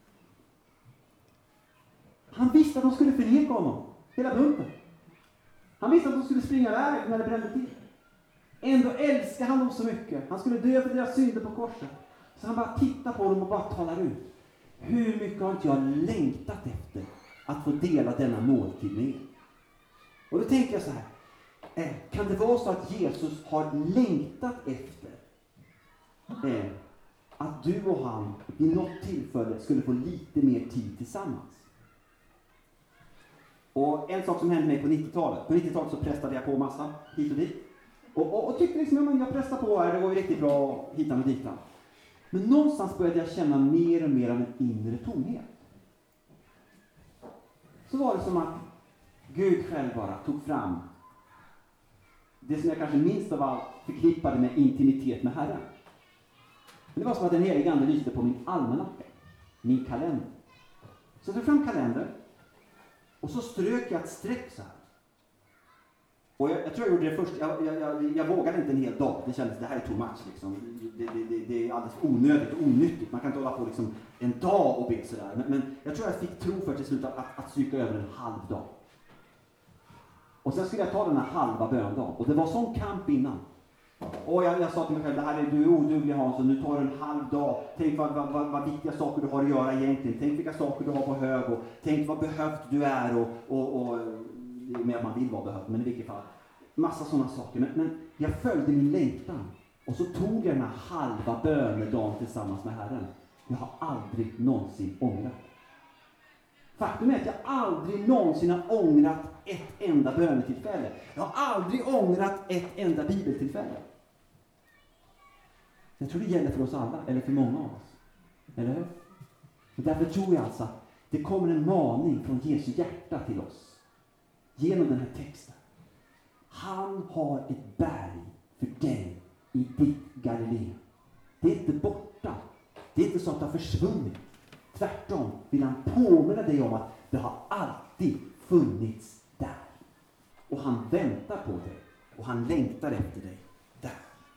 [SPEAKER 1] Han visste att de skulle förneka honom, hela bunten. Han visste att de skulle springa iväg när det brände till. Ändå älskar han dem så mycket. Han skulle dö för deras synder på korset. Så han bara tittar på dem och bara talar ut: hur mycket har inte jag längtat efter att få dela denna måltid med er? Och då tänker jag så här: eh, kan det vara så att Jesus har längtat efter eh, att du och han vid något tillfälle skulle få lite mer tid tillsammans? Och en sak som hände mig på nittiotalet. På nittiotalet så prestade jag på massa hit och dit. Och, och, och tyckte liksom, ja, men jag prestar på här, det går ju riktigt bra hitan och ditan. Men någonstans började jag känna mer och mer av en inre tomhet. Så var det som att Gud själv bara tog fram det som jag kanske minst av allt förknippade med intimitet med Herren. Men det var som att den helige ande lyste på min almanacka, min kalender. Så jag tog fram kalendern och så strök jag ett streck så här. Och jag, jag tror jag gjorde det först, jag, jag, jag, jag vågade inte en hel dag. Det kändes, det här är too much liksom. Det, det, det, det är alldeles onödigt och onyttigt. Man kan inte hålla på liksom en dag och be sådär. Men, men jag tror jag fick tro för till slut att, att, att stryka över en halv dag. Och sen skulle jag ta den här halva böndagen. Och det var sån kamp innan. Och jag, jag sa till mig själv: det här är du är oduglig Hans, och nu tar du en halv dag. Tänk vad, vad, vad, vad viktiga saker du har att göra egentligen. Tänk vilka saker du har på hög. Och tänk vad behövt du är. Och, och, och med att man vill vara behövd, men i vilket fall. Massa sådana saker. Men, men jag följde min längtan. Och så tog jag den här halva bönedagen tillsammans med Herren. Jag har aldrig någonsin ångrat. Faktum är att jag aldrig någonsin har ångrat ett enda bönetillfälle. Jag har aldrig ångrat ett enda bibeltillfälle. Jag tror det gäller för oss alla, eller för många av oss. Eller hur? Och därför tror jag alltså att det kommer en maning från Jesu hjärta till oss. Genom den här texten. Han har ett berg för dig i ditt Galileen. Det är inte borta. Det är inte så att det har försvunnit. Tvärtom vill han påminna dig om att det har alltid funnits där. Och han väntar på dig. Och han längtar efter dig där.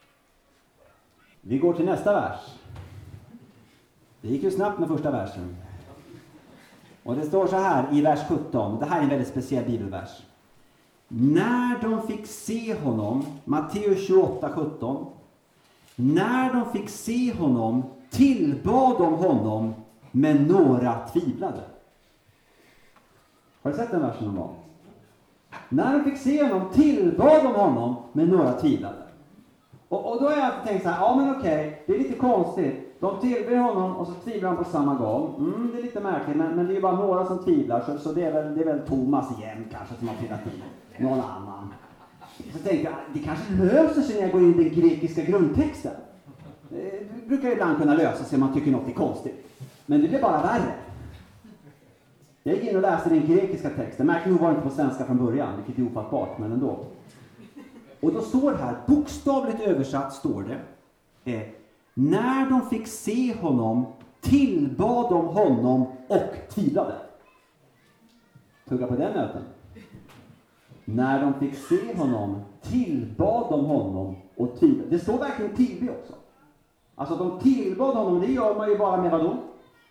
[SPEAKER 1] Vi går till nästa vers. Det gick ju snabbt med första versen. Och det står så här i vers sjutton. Det här är en väldigt speciell bibelvers. När de fick se honom, Matteus tjugoåtta sjutton. När de fick se honom tillbad de honom, men några tvivlade. Har du sett den versen någon gång? När de fick se honom tillbad de honom, men några tvivlade. Och, och då har jag alltid tänkt så här: ja men okej, det är lite konstigt. De tillber honom och så tvivlar han på samma gång. Mm, det är lite märkligt, men, men det är ju bara några som tvivlar. Så, så det, är väl, det är väl Thomas igen kanske som har trillat till. Någon annan. Så tänkte jag, det kanske löser sig när jag går in i den grekiska grundtexten. Det brukar ibland kunna lösa sig om man tycker något är konstigt. Men det blir bara värre. Jag gick in och läste den grekiska texten. Märkligt nog var det inte på svenska från början, vilket är ofattbart, men ändå. Och då står här, bokstavligt översatt står det. Eh, när de fick se honom tillbad de honom och tvivlade. Tugga på den nöten. När de fick se honom tillbad de honom och tvivlade. Det står verkligen tillbe också. Alltså de tillbad honom, det gör man ju bara med vad då?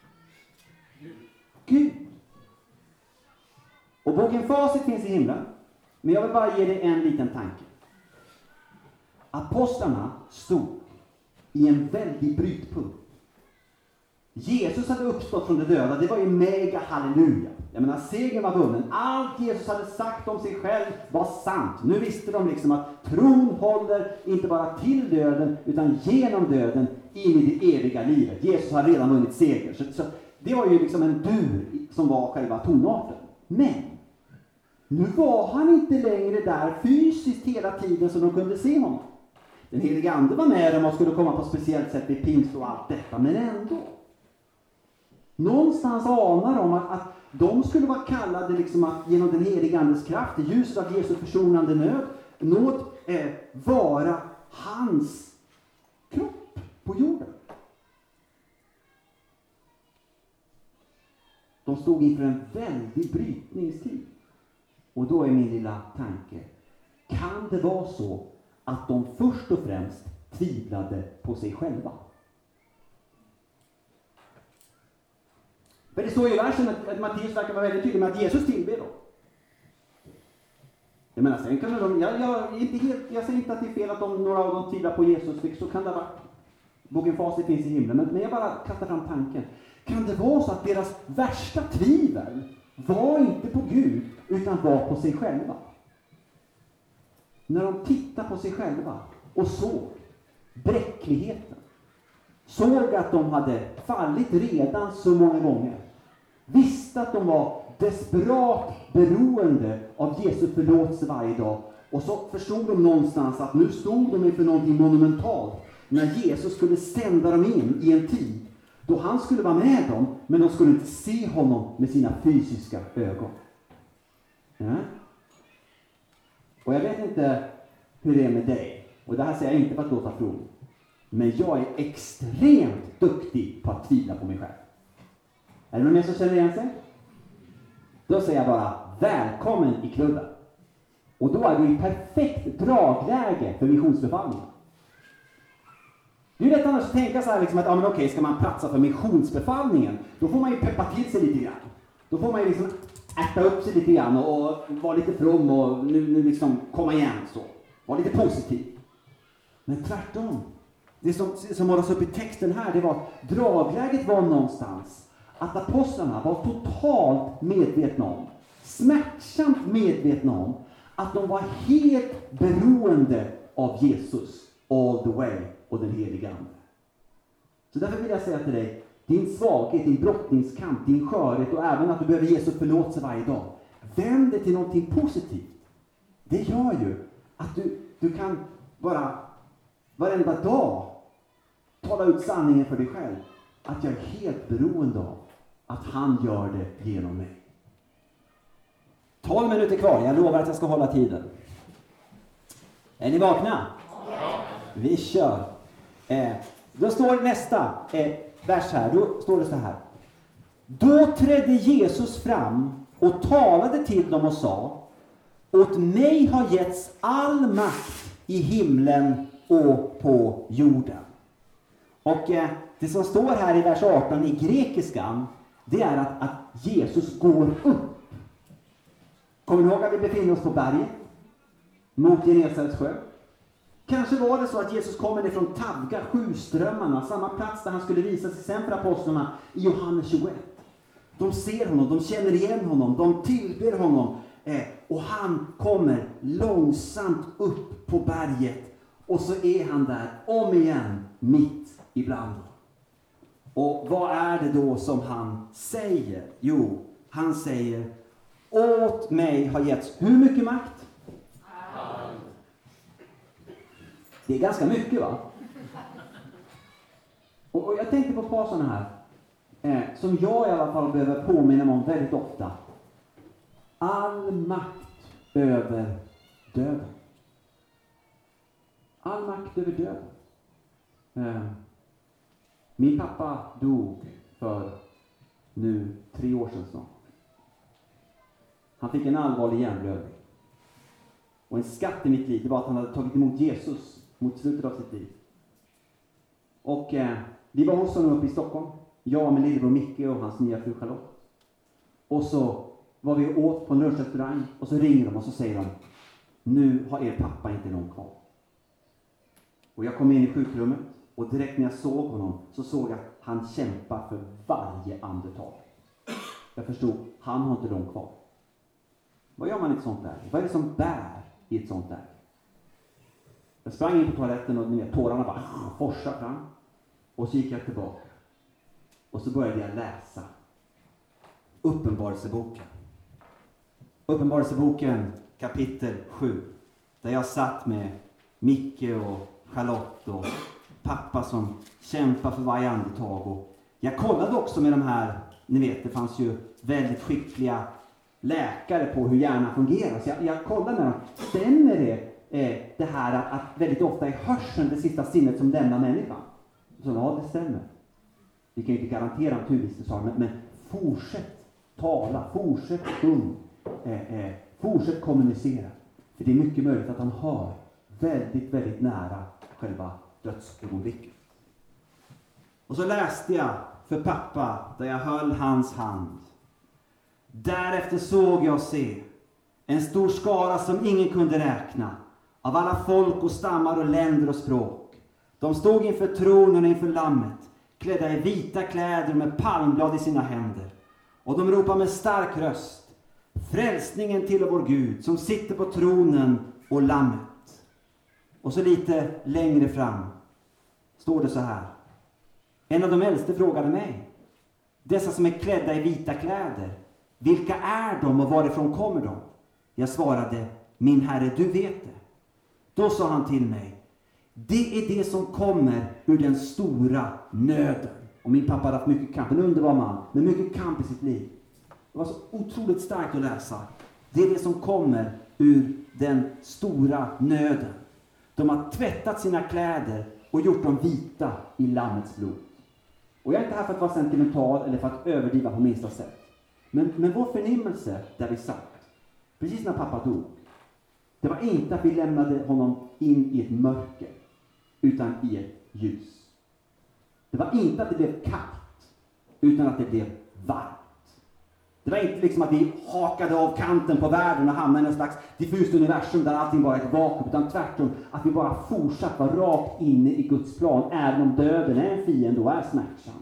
[SPEAKER 1] Gud. Och boken Facit finns i himlen. Men jag vill bara ge dig en liten tanke. Apostlarna stod i en väldig brytpunkt. Jesus hade uppstått från de döda. Det var ju mega halleluja. Jag menar, segern var vunnen. Allt Jesus hade sagt om sig själv var sant. Nu visste de liksom att tron håller inte bara till döden utan genom döden in i det eviga livet. Jesus har redan vunnit seger. Så, så det var ju liksom en dur som var själva tonarten. Men Nu var han inte längre där fysiskt hela tiden så de kunde se honom. Den heliga ande var med dem och skulle komma på ett speciellt sätt vid pingst och allt detta, men ändå. Någonstans anar de att, att de skulle vara kallade liksom att genom den heliga andes kraft, i ljuset av Jesu försonande nöd, nåd eh, vara hans kropp på jorden. De stod inför en väldig brytningstid. Och då är min lilla tanke, kan det vara så att de först och främst tvivlade på sig själva? För det står ju i versen att, att Matteus verkar vara väldigt tydlig med att Jesus tillber dem. Jag menar, sen kan de, jag, jag, inte helt, jag säger inte att det är fel att de, några av dem tvivlar på Jesus, för så kan det vara. Boken Facit finns i himlen, men, men jag bara kastar fram tanken. Kan det vara så att deras värsta tvivel var inte på Gud, utan var på sig själva? När de tittade på sig själva och såg bräckligheten, såg att de hade fallit redan så många gånger, visste att de var desperat beroende av Jesu förlåtelse varje dag, och så förstod de någonstans att nu stod de inför någonting monumentalt när Jesus skulle sända dem in i en tid då han skulle vara med dem, men de skulle inte se honom med sina fysiska ögon. Ja. Och jag vet inte hur det är med dig, och det här säger jag inte för att låta from, men jag är extremt duktig på att tvivla på mig själv. Är det någon mer som känner igen sig? Då säger jag bara, välkommen i klubben. Och då är du i perfekt dragläge för missionsbefallningen. Det är ju lätt annars att tänka så här liksom att, ja men okej, ska man platsa för missionsbefallningen, då får man ju peppa till sig lite grann. Då får man ju liksom äta upp sig lite grann och, och vara lite from och nu, nu liksom komma igen så. Var lite positiv. Men tvärtom. Det som, som målas upp i texten här, det var att dragläget var någonstans att apostlarna var totalt medvetna om, smärtsamt medvetna om, att de var helt beroende av Jesus all the way och den heliga ande. Så därför vill jag säga till dig, din svaghet, din brottningskamp, din skörhet och även att du behöver Jesus förlåtelse varje dag, vänd det till någonting positivt. Det gör ju att du, du kan bara varenda dag tala ut sanningen för dig själv, att jag är helt beroende av att han gör det genom mig. tolv minuter kvar, jag lovar att jag ska hålla tiden. Är ni vakna? Ja. Vi kör. Eh, då står nästa eh, vers här, då står det så här. Då trädde Jesus fram och talade till dem och sa: åt mig har getts all makt i himlen och på jorden. Och eh, det som står här i vers arton i grekiskan, det är att, att Jesus går upp. Kommer ni ihåg att vi befinner oss på berget mot Genesarets sjö? Kanske var det så att Jesus kommer ifrån Tadga, sjuströmmarna, samma plats där han skulle visa sig sen för apostlarna i Johannes tjugoett. De ser honom, de känner igen honom, de tillber honom. Eh, och han kommer långsamt upp på berget. Och så är han där om igen, mitt ibland. Och vad är det då som han säger? Jo, han säger: åt mig har getts hur mycket makt? Det är ganska mycket, va? Och, och jag tänkte på ett par sådana här eh, som jag i alla fall behöver påminna mig om väldigt ofta. All makt över döden. All makt över döden. Eh, min pappa dog för nu tre år sedan snart. Han fick en allvarlig hjärnblödning. Och en skatt i mitt liv, det var att han hade tagit emot Jesus mot slutet av sitt liv. Och eh, vi var hos honom uppe i Stockholm. Jag med lillebror Micke och hans nya fru Charlotte. Och så var vi åt på en lunchrestaurang. Och så ringer de och så säger de: nu har er pappa inte någon kvar. Och jag kom in i sjukrummet. Och direkt när jag såg honom så såg jag att han kämpar för varje andetag. Jag förstod, han har inte någon kvar. Vad gör man i ett sånt där? Vad är det som bär i ett sånt där? Jag sprang in på toaletten och mina tårarna bara forsade fram. Och så gick jag tillbaka. Och så började jag läsa Uppenbarelseboken. Uppenbarelseboken kapitel sju. Där jag satt med Micke och Charlotte och pappa som kämpar för varje andetag. Och jag kollade också med de här, ni vet det fanns ju väldigt skickliga läkare på hur hjärnan fungerar. Så jag, jag kollade med dem, stämmer det eh, det här att, att väldigt ofta är hörseln det sista sinnet som lämnar människan? Så ja, det stämmer. Vi kan ju inte garantera naturligtvis, men, men fortsätt tala, fortsätt sjung, eh, eh, fortsätt kommunicera. För det är mycket möjligt att han hör väldigt, väldigt nära själva dödsögonblicket. Och så läste jag för pappa där jag höll hans hand. Därefter såg jag och se en stor skara som ingen kunde räkna, av alla folk och stammar och länder och språk. De stod inför tronen och inför lammet, klädda i vita kläder med palmblad i sina händer. Och de ropar med stark röst: frälsningen till vår Gud som sitter på tronen och lammet. Och så lite längre fram står det så här. En av de äldste frågade mig: dessa som är klädda i vita kläder, vilka är de och varifrån kommer de? Jag svarade: min herre, du vet det. Då sa han till mig: det är det som kommer ur den stora nöden. Och min pappa hade haft mycket kamp, en underbar man, med mycket kamp i sitt liv. Det var så otroligt starkt att läsa. Det är det som kommer ur den stora nöden. De har tvättat sina kläder och gjort dem vita i lammets blod. Och jag är inte här för att vara sentimental eller för att överdriva på minsta sätt. Men, men vår förnimmelse där vi satt, precis när pappa dog, det var inte att vi lämnade honom in i ett mörker, utan i ett ljus. Det var inte att det blev kallt, utan att det blev varmt. Det var inte liksom att vi hakade av kanten på världen och hamnade i en slags diffust universum där allting bara är ett vakuum, utan tvärtom att vi bara fortsatt var rakt inne i Guds plan, även om döden är en fiende och är smärtsam.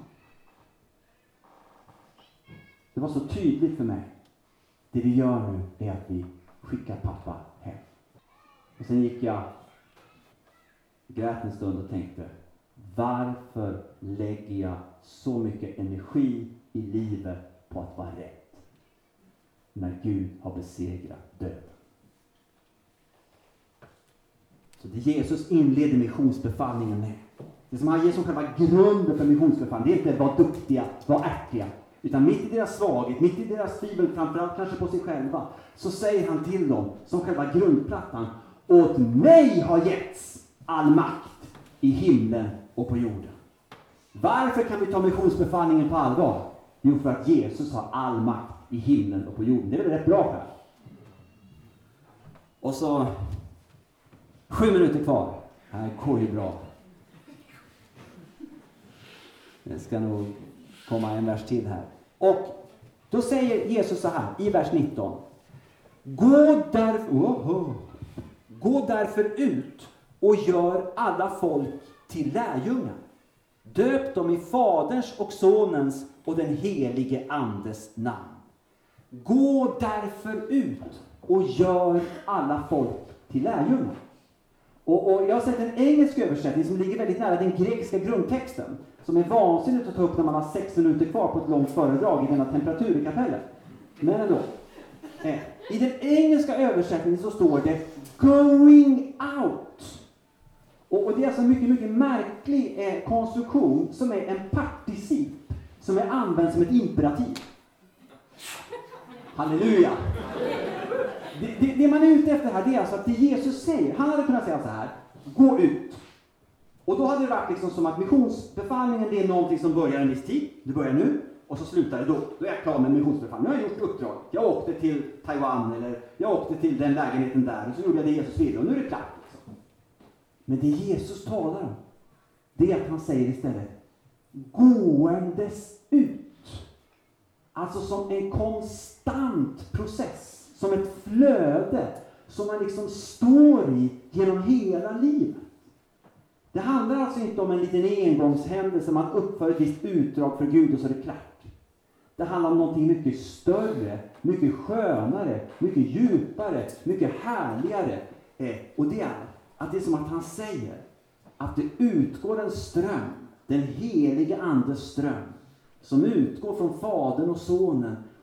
[SPEAKER 1] Det var så tydligt för mig. Det vi gör nu är att vi skickar pappa hem. Och sen gick jag, grät en stund och tänkte: varför lägger jag så mycket energi i livet på att vara rädd när Gud har besegrat döden? Så det Jesus inleder missionsbefallningen med, det som han ger som själva grunden för missionsbefallningen, det är inte att vara duktiga, vara ärtiga, utan mitt i deras svaghet, mitt i deras tvivel, framförallt kanske på sig själva, så säger han till dem som själva grundplattan: åt mig har getts all makt i himlen och på jorden. Varför kan vi ta missionsbefallningen på allvar? Jo, för att Jesus har all makt i himlen och på jorden. Det är väl rätt bra här. Och så sju minuter kvar. Det här går ju bra. Det ska nog komma en vers till här. Och då säger Jesus så här i vers nitton: gå därför, oh, oh, gå därför ut och gör alla folk till lärjungar. Döp dem i Faderns och Sonens och den helige Andes namn. Gå därför ut och gör alla folk till lärjungar. Och, och jag har sett en engelsk översättning som ligger väldigt nära den grekiska grundtexten, som är vansinnigt att ta upp när man har sex minuter kvar på ett långt föredrag i denna temperatur i kapellet. Men ändå. Eh, I den engelska översättningen så står det going out. Och, och det är alltså en mycket, mycket märklig eh, konstruktion som är en particip som är använd som ett imperativ. Halleluja! Det, det, det man är ute efter här, det är alltså att det Jesus säger, han hade kunnat säga så här: gå ut. Och då hade det varit liksom som att missionsbefallningen, det är någonting som börjar en viss tid. Det börjar nu och så slutar det då. Då är jag klar med missionsbefallningen. Nu har jag gjort uppdrag. Jag åkte till Taiwan eller jag åkte till den lägenheten där och så gjorde jag det Jesus ville och nu är det klart. Liksom. Men det Jesus talar om, det är att han säger istället gåendes ut. Alltså som en konstant process, som ett flöde som man liksom står i genom hela livet. Det handlar alltså inte om en liten engångshändelse, man uppför ett visst utdrag för Gud och så är det klart. Det handlar om någonting mycket större, mycket skönare, mycket djupare, mycket härligare. Eh, och det är att det är som att han säger att det utgår en ström, den helige Andes ström, som utgår från Fadern och Sonen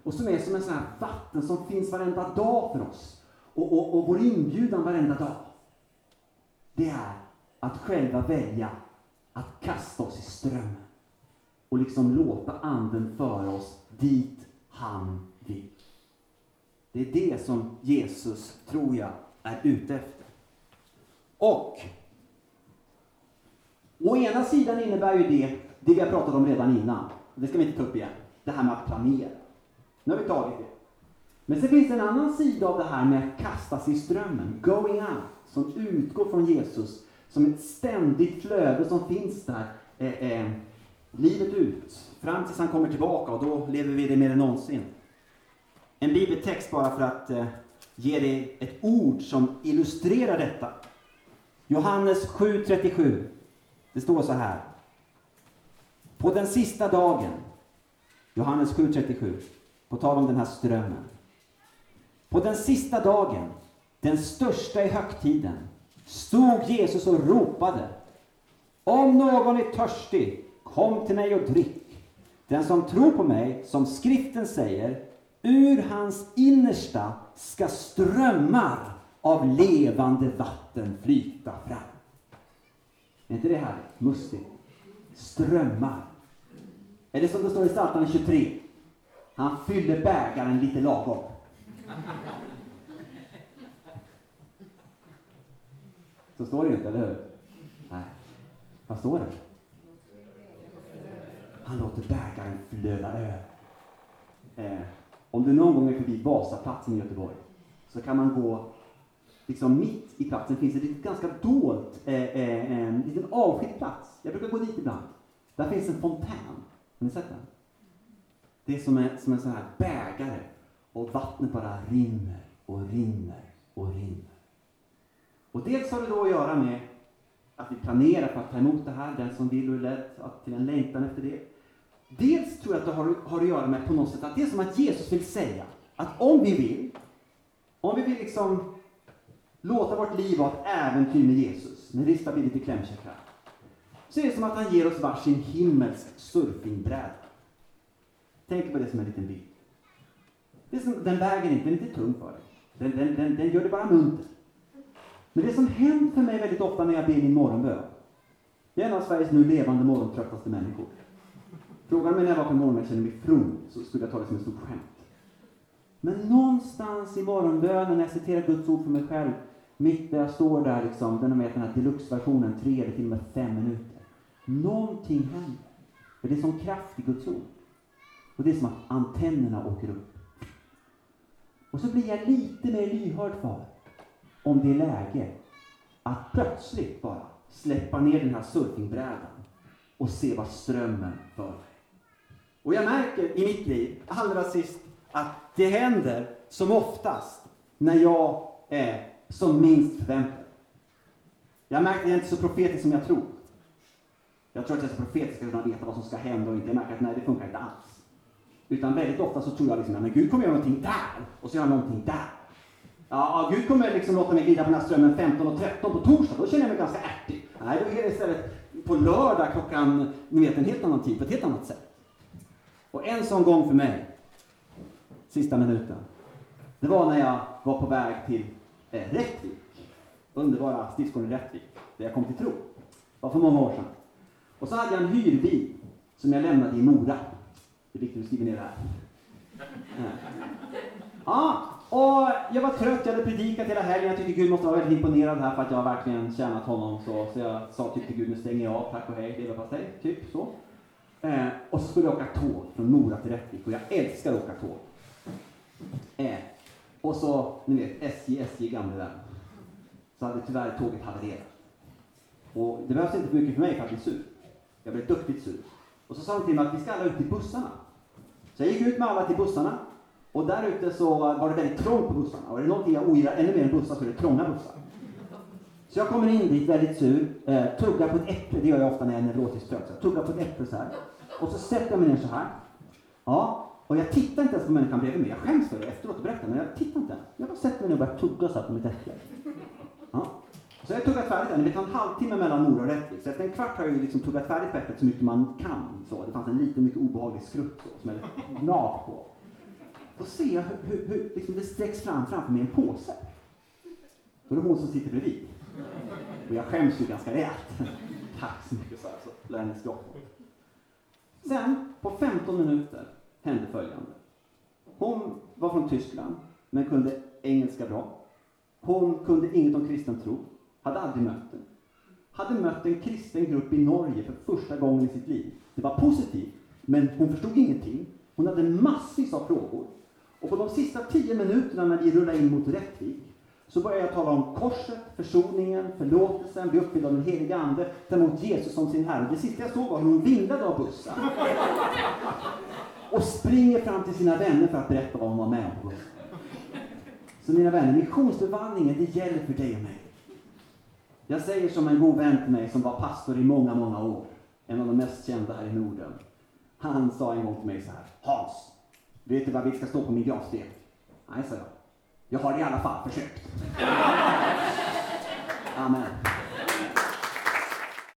[SPEAKER 1] och som är som en sån här vatten som finns varenda dag för oss. Och, och, och vår inbjudan varenda dag. Det är att själva välja att kasta oss i strömmen. Och liksom låta anden föra oss dit han vill. Det är det som Jesus, tror jag, är ute efter. Och å ena sidan innebär ju det, det vi har pratat om redan innan. Det ska vi inte ta upp igen. Det här med att planera. Nu har vi tagit det. Men så finns det en annan sida av det här med att kasta sig i strömmen. Going out. Som utgår från Jesus. Som ett ständigt flöde som finns där. Eh, eh, livet ut. Fram tills han kommer tillbaka. Och då lever vi det mer än någonsin. En bibeltext bara för att eh, ge dig ett ord som illustrerar detta. Johannes sju trettiosju. Det står så här. På den sista dagen. Johannes sju trettiosju. På tal om den här strömmen. På den sista dagen. Den största i högtiden. Stod Jesus och ropade. Om någon är törstig. Kom till mig och drick. Den som tror på mig. Som skriften säger. Ur hans innersta ska strömmar av levande vatten flyta fram. Är inte det här mustigt? Strömmar. Är det som det står i Psaltaren tjugotre? Han fyller bägaren lite lagom. Så står det inte, eller hur? Nej. Vad står det? Han låter bägaren flöda över. Eh, om du någon gång är förbi Vasaplatsen i Göteborg så kan man gå liksom mitt i platsen finns det ett ganska dolt eh, eh, en liten avskild plats. Jag brukar gå dit ibland. Där finns en fontän. Har ni sett den? Det är som en, som en sån här bägare. Och vattnet bara rinner och rinner och rinner. Och dels har det då att göra med att vi planerar för att ta emot det här. Den som vill och är ledd till en längtan efter det. Dels tror jag att det har, har att göra med på något sätt att det är som att Jesus vill säga att om vi vill, om vi vill liksom låta vårt liv vara ett äventyr med Jesus, med risk att bli lite klämkäck här, så är det som att han ger oss varsin himmelsk surfingbräda. Tänk på det som en liten bild. Det är som, den väger inte, den är inte tung för dig. Den, den, den, den gör det bara munter. Men det som händer för mig väldigt ofta när jag ber min morgonbön, det är en av Sveriges nu levande morgontröttaste människor. Frågan mig när jag var på morgonen och känner mig from, så skulle jag ta det som en stor skämt. Men någonstans i morgonbönen, när jag citerar Guds ord för mig själv, mitt där jag står där liksom, den här, den här deluxe-versionen, tre eller till och med fem minuter. Någonting händer. För det är som kraft i Guds ord. Och det är som att antennerna åker upp. Och så blir jag lite mer lyhörd för om det är läge att plötsligt bara släppa ner den här surfingbrädan och se vad strömmen för mig. Och jag märker i mitt liv, allra sist, att det händer som oftast när jag är som minst förväntad. Jag märker att jag är inte så profetisk som jag tror. Jag tror att jag är så profetisk att jag kan veta vad som ska hända och inte. Jag märker att nej, det funkar inte alls. Utan väldigt ofta så tror jag liksom, men Gud kommer göra någonting där och så gör han någonting där. Ja, Gud kommer liksom låta mig glida på den här strömmen femton och tretton på torsdag. Då känner jag mig ganska ärtig. Nej, då är det istället på lördag klockan, ni vet, en helt annan tid, på ett helt annat sätt. Och en sån gång för mig, sista minuten, det var när jag var på väg till eh, Rättvik. Underbara stiftsgården Rättvik, där jag kom till tro. Det var för många år sedan. Och så hade jag en hyrbil som jag lämnade i Mora. Det är viktigt att skriva ner det här. Ja, och jag var trött, jag hade predikat hela helgen. Jag tyckte Gud måste vara väldigt imponerad här för att jag verkligen tjänat honom. Så, så jag sa typ till Gud, nu stänger jag av, tack och hej, leverpastej, typ så. Eh, och så skulle jag åka tåg från Mora till Rättvik och jag älskar att åka tåg. Eh, och så, ni vet, S J, S J gamla där. Så hade tyvärr tåget havererat. Och det behövs inte för mycket för mig för att bli sur. Jag blev duktigt sur. Och så sa de till mig att vi ska alla ut till bussarna. Så jag gick ut med alla till bussarna. Och där ute så var det väldigt trångt på bussarna. Och är det någonting jag ogillar ännu mer än bussar så är det trånga bussar. Så jag kommer in dit väldigt sur. Eh, tuggar på ett äpple, det gör jag ofta när jag är neurotisk trött. Jag tuggar på ett äpple så här. Och så sätter jag mig ner så här. Ja, och jag tittar inte ens på människan bredvid mig. Jag skäms för det efteråt och berättar, men jag tittar inte ens. Jag bara sätter mig ner och börjar tugga så här på mitt äpple. Ja. Så jag har tuggat färdigt. Det tar en halvtimme mellan Mora och Rättvik. Så efter en kvart har jag liksom tuggat färdigt äpplet så mycket man kan. Så det fanns en liten, mycket obehaglig skrutt så, som jag gnag på. då ser jag hur, hur, hur liksom det sträcks fram framför mig en påse. Då är det hon som sitter bredvid. Och jag skäms ju ganska rejält. Tack så mycket, så här, så lär ni skapa. Sen, på femton minuter, hände följande. Hon var från Tyskland, men kunde engelska bra. Hon kunde inget om kristen tro. Hade aldrig mött den. Hade mött en kristen grupp i Norge för första gången i sitt liv. Det var positivt, men hon förstod ingenting. Hon hade massvis av frågor. Och på de sista tio minuterna när vi rullade in mot Rättvik så började jag tala om korset, försoningen, förlåtelsen, bli uppfylld av den heliga ande, ta emot Jesus som sin Herre. Det sista jag såg var hur hon vindlade av bussen. Och springer fram till sina vänner för att berätta vad hon var med om på bussen. Så mina vänner, missionsförvandlingen, det gäller för dig och mig. Jag säger som en god vän till mig som var pastor i många, många år. En av de mest kända här i Norden. Han sa en gång till mig så här: Hans, vet du vad vi ska stå på min gravsten? Nej, sa jag. Jag har i alla fall försökt. Amen.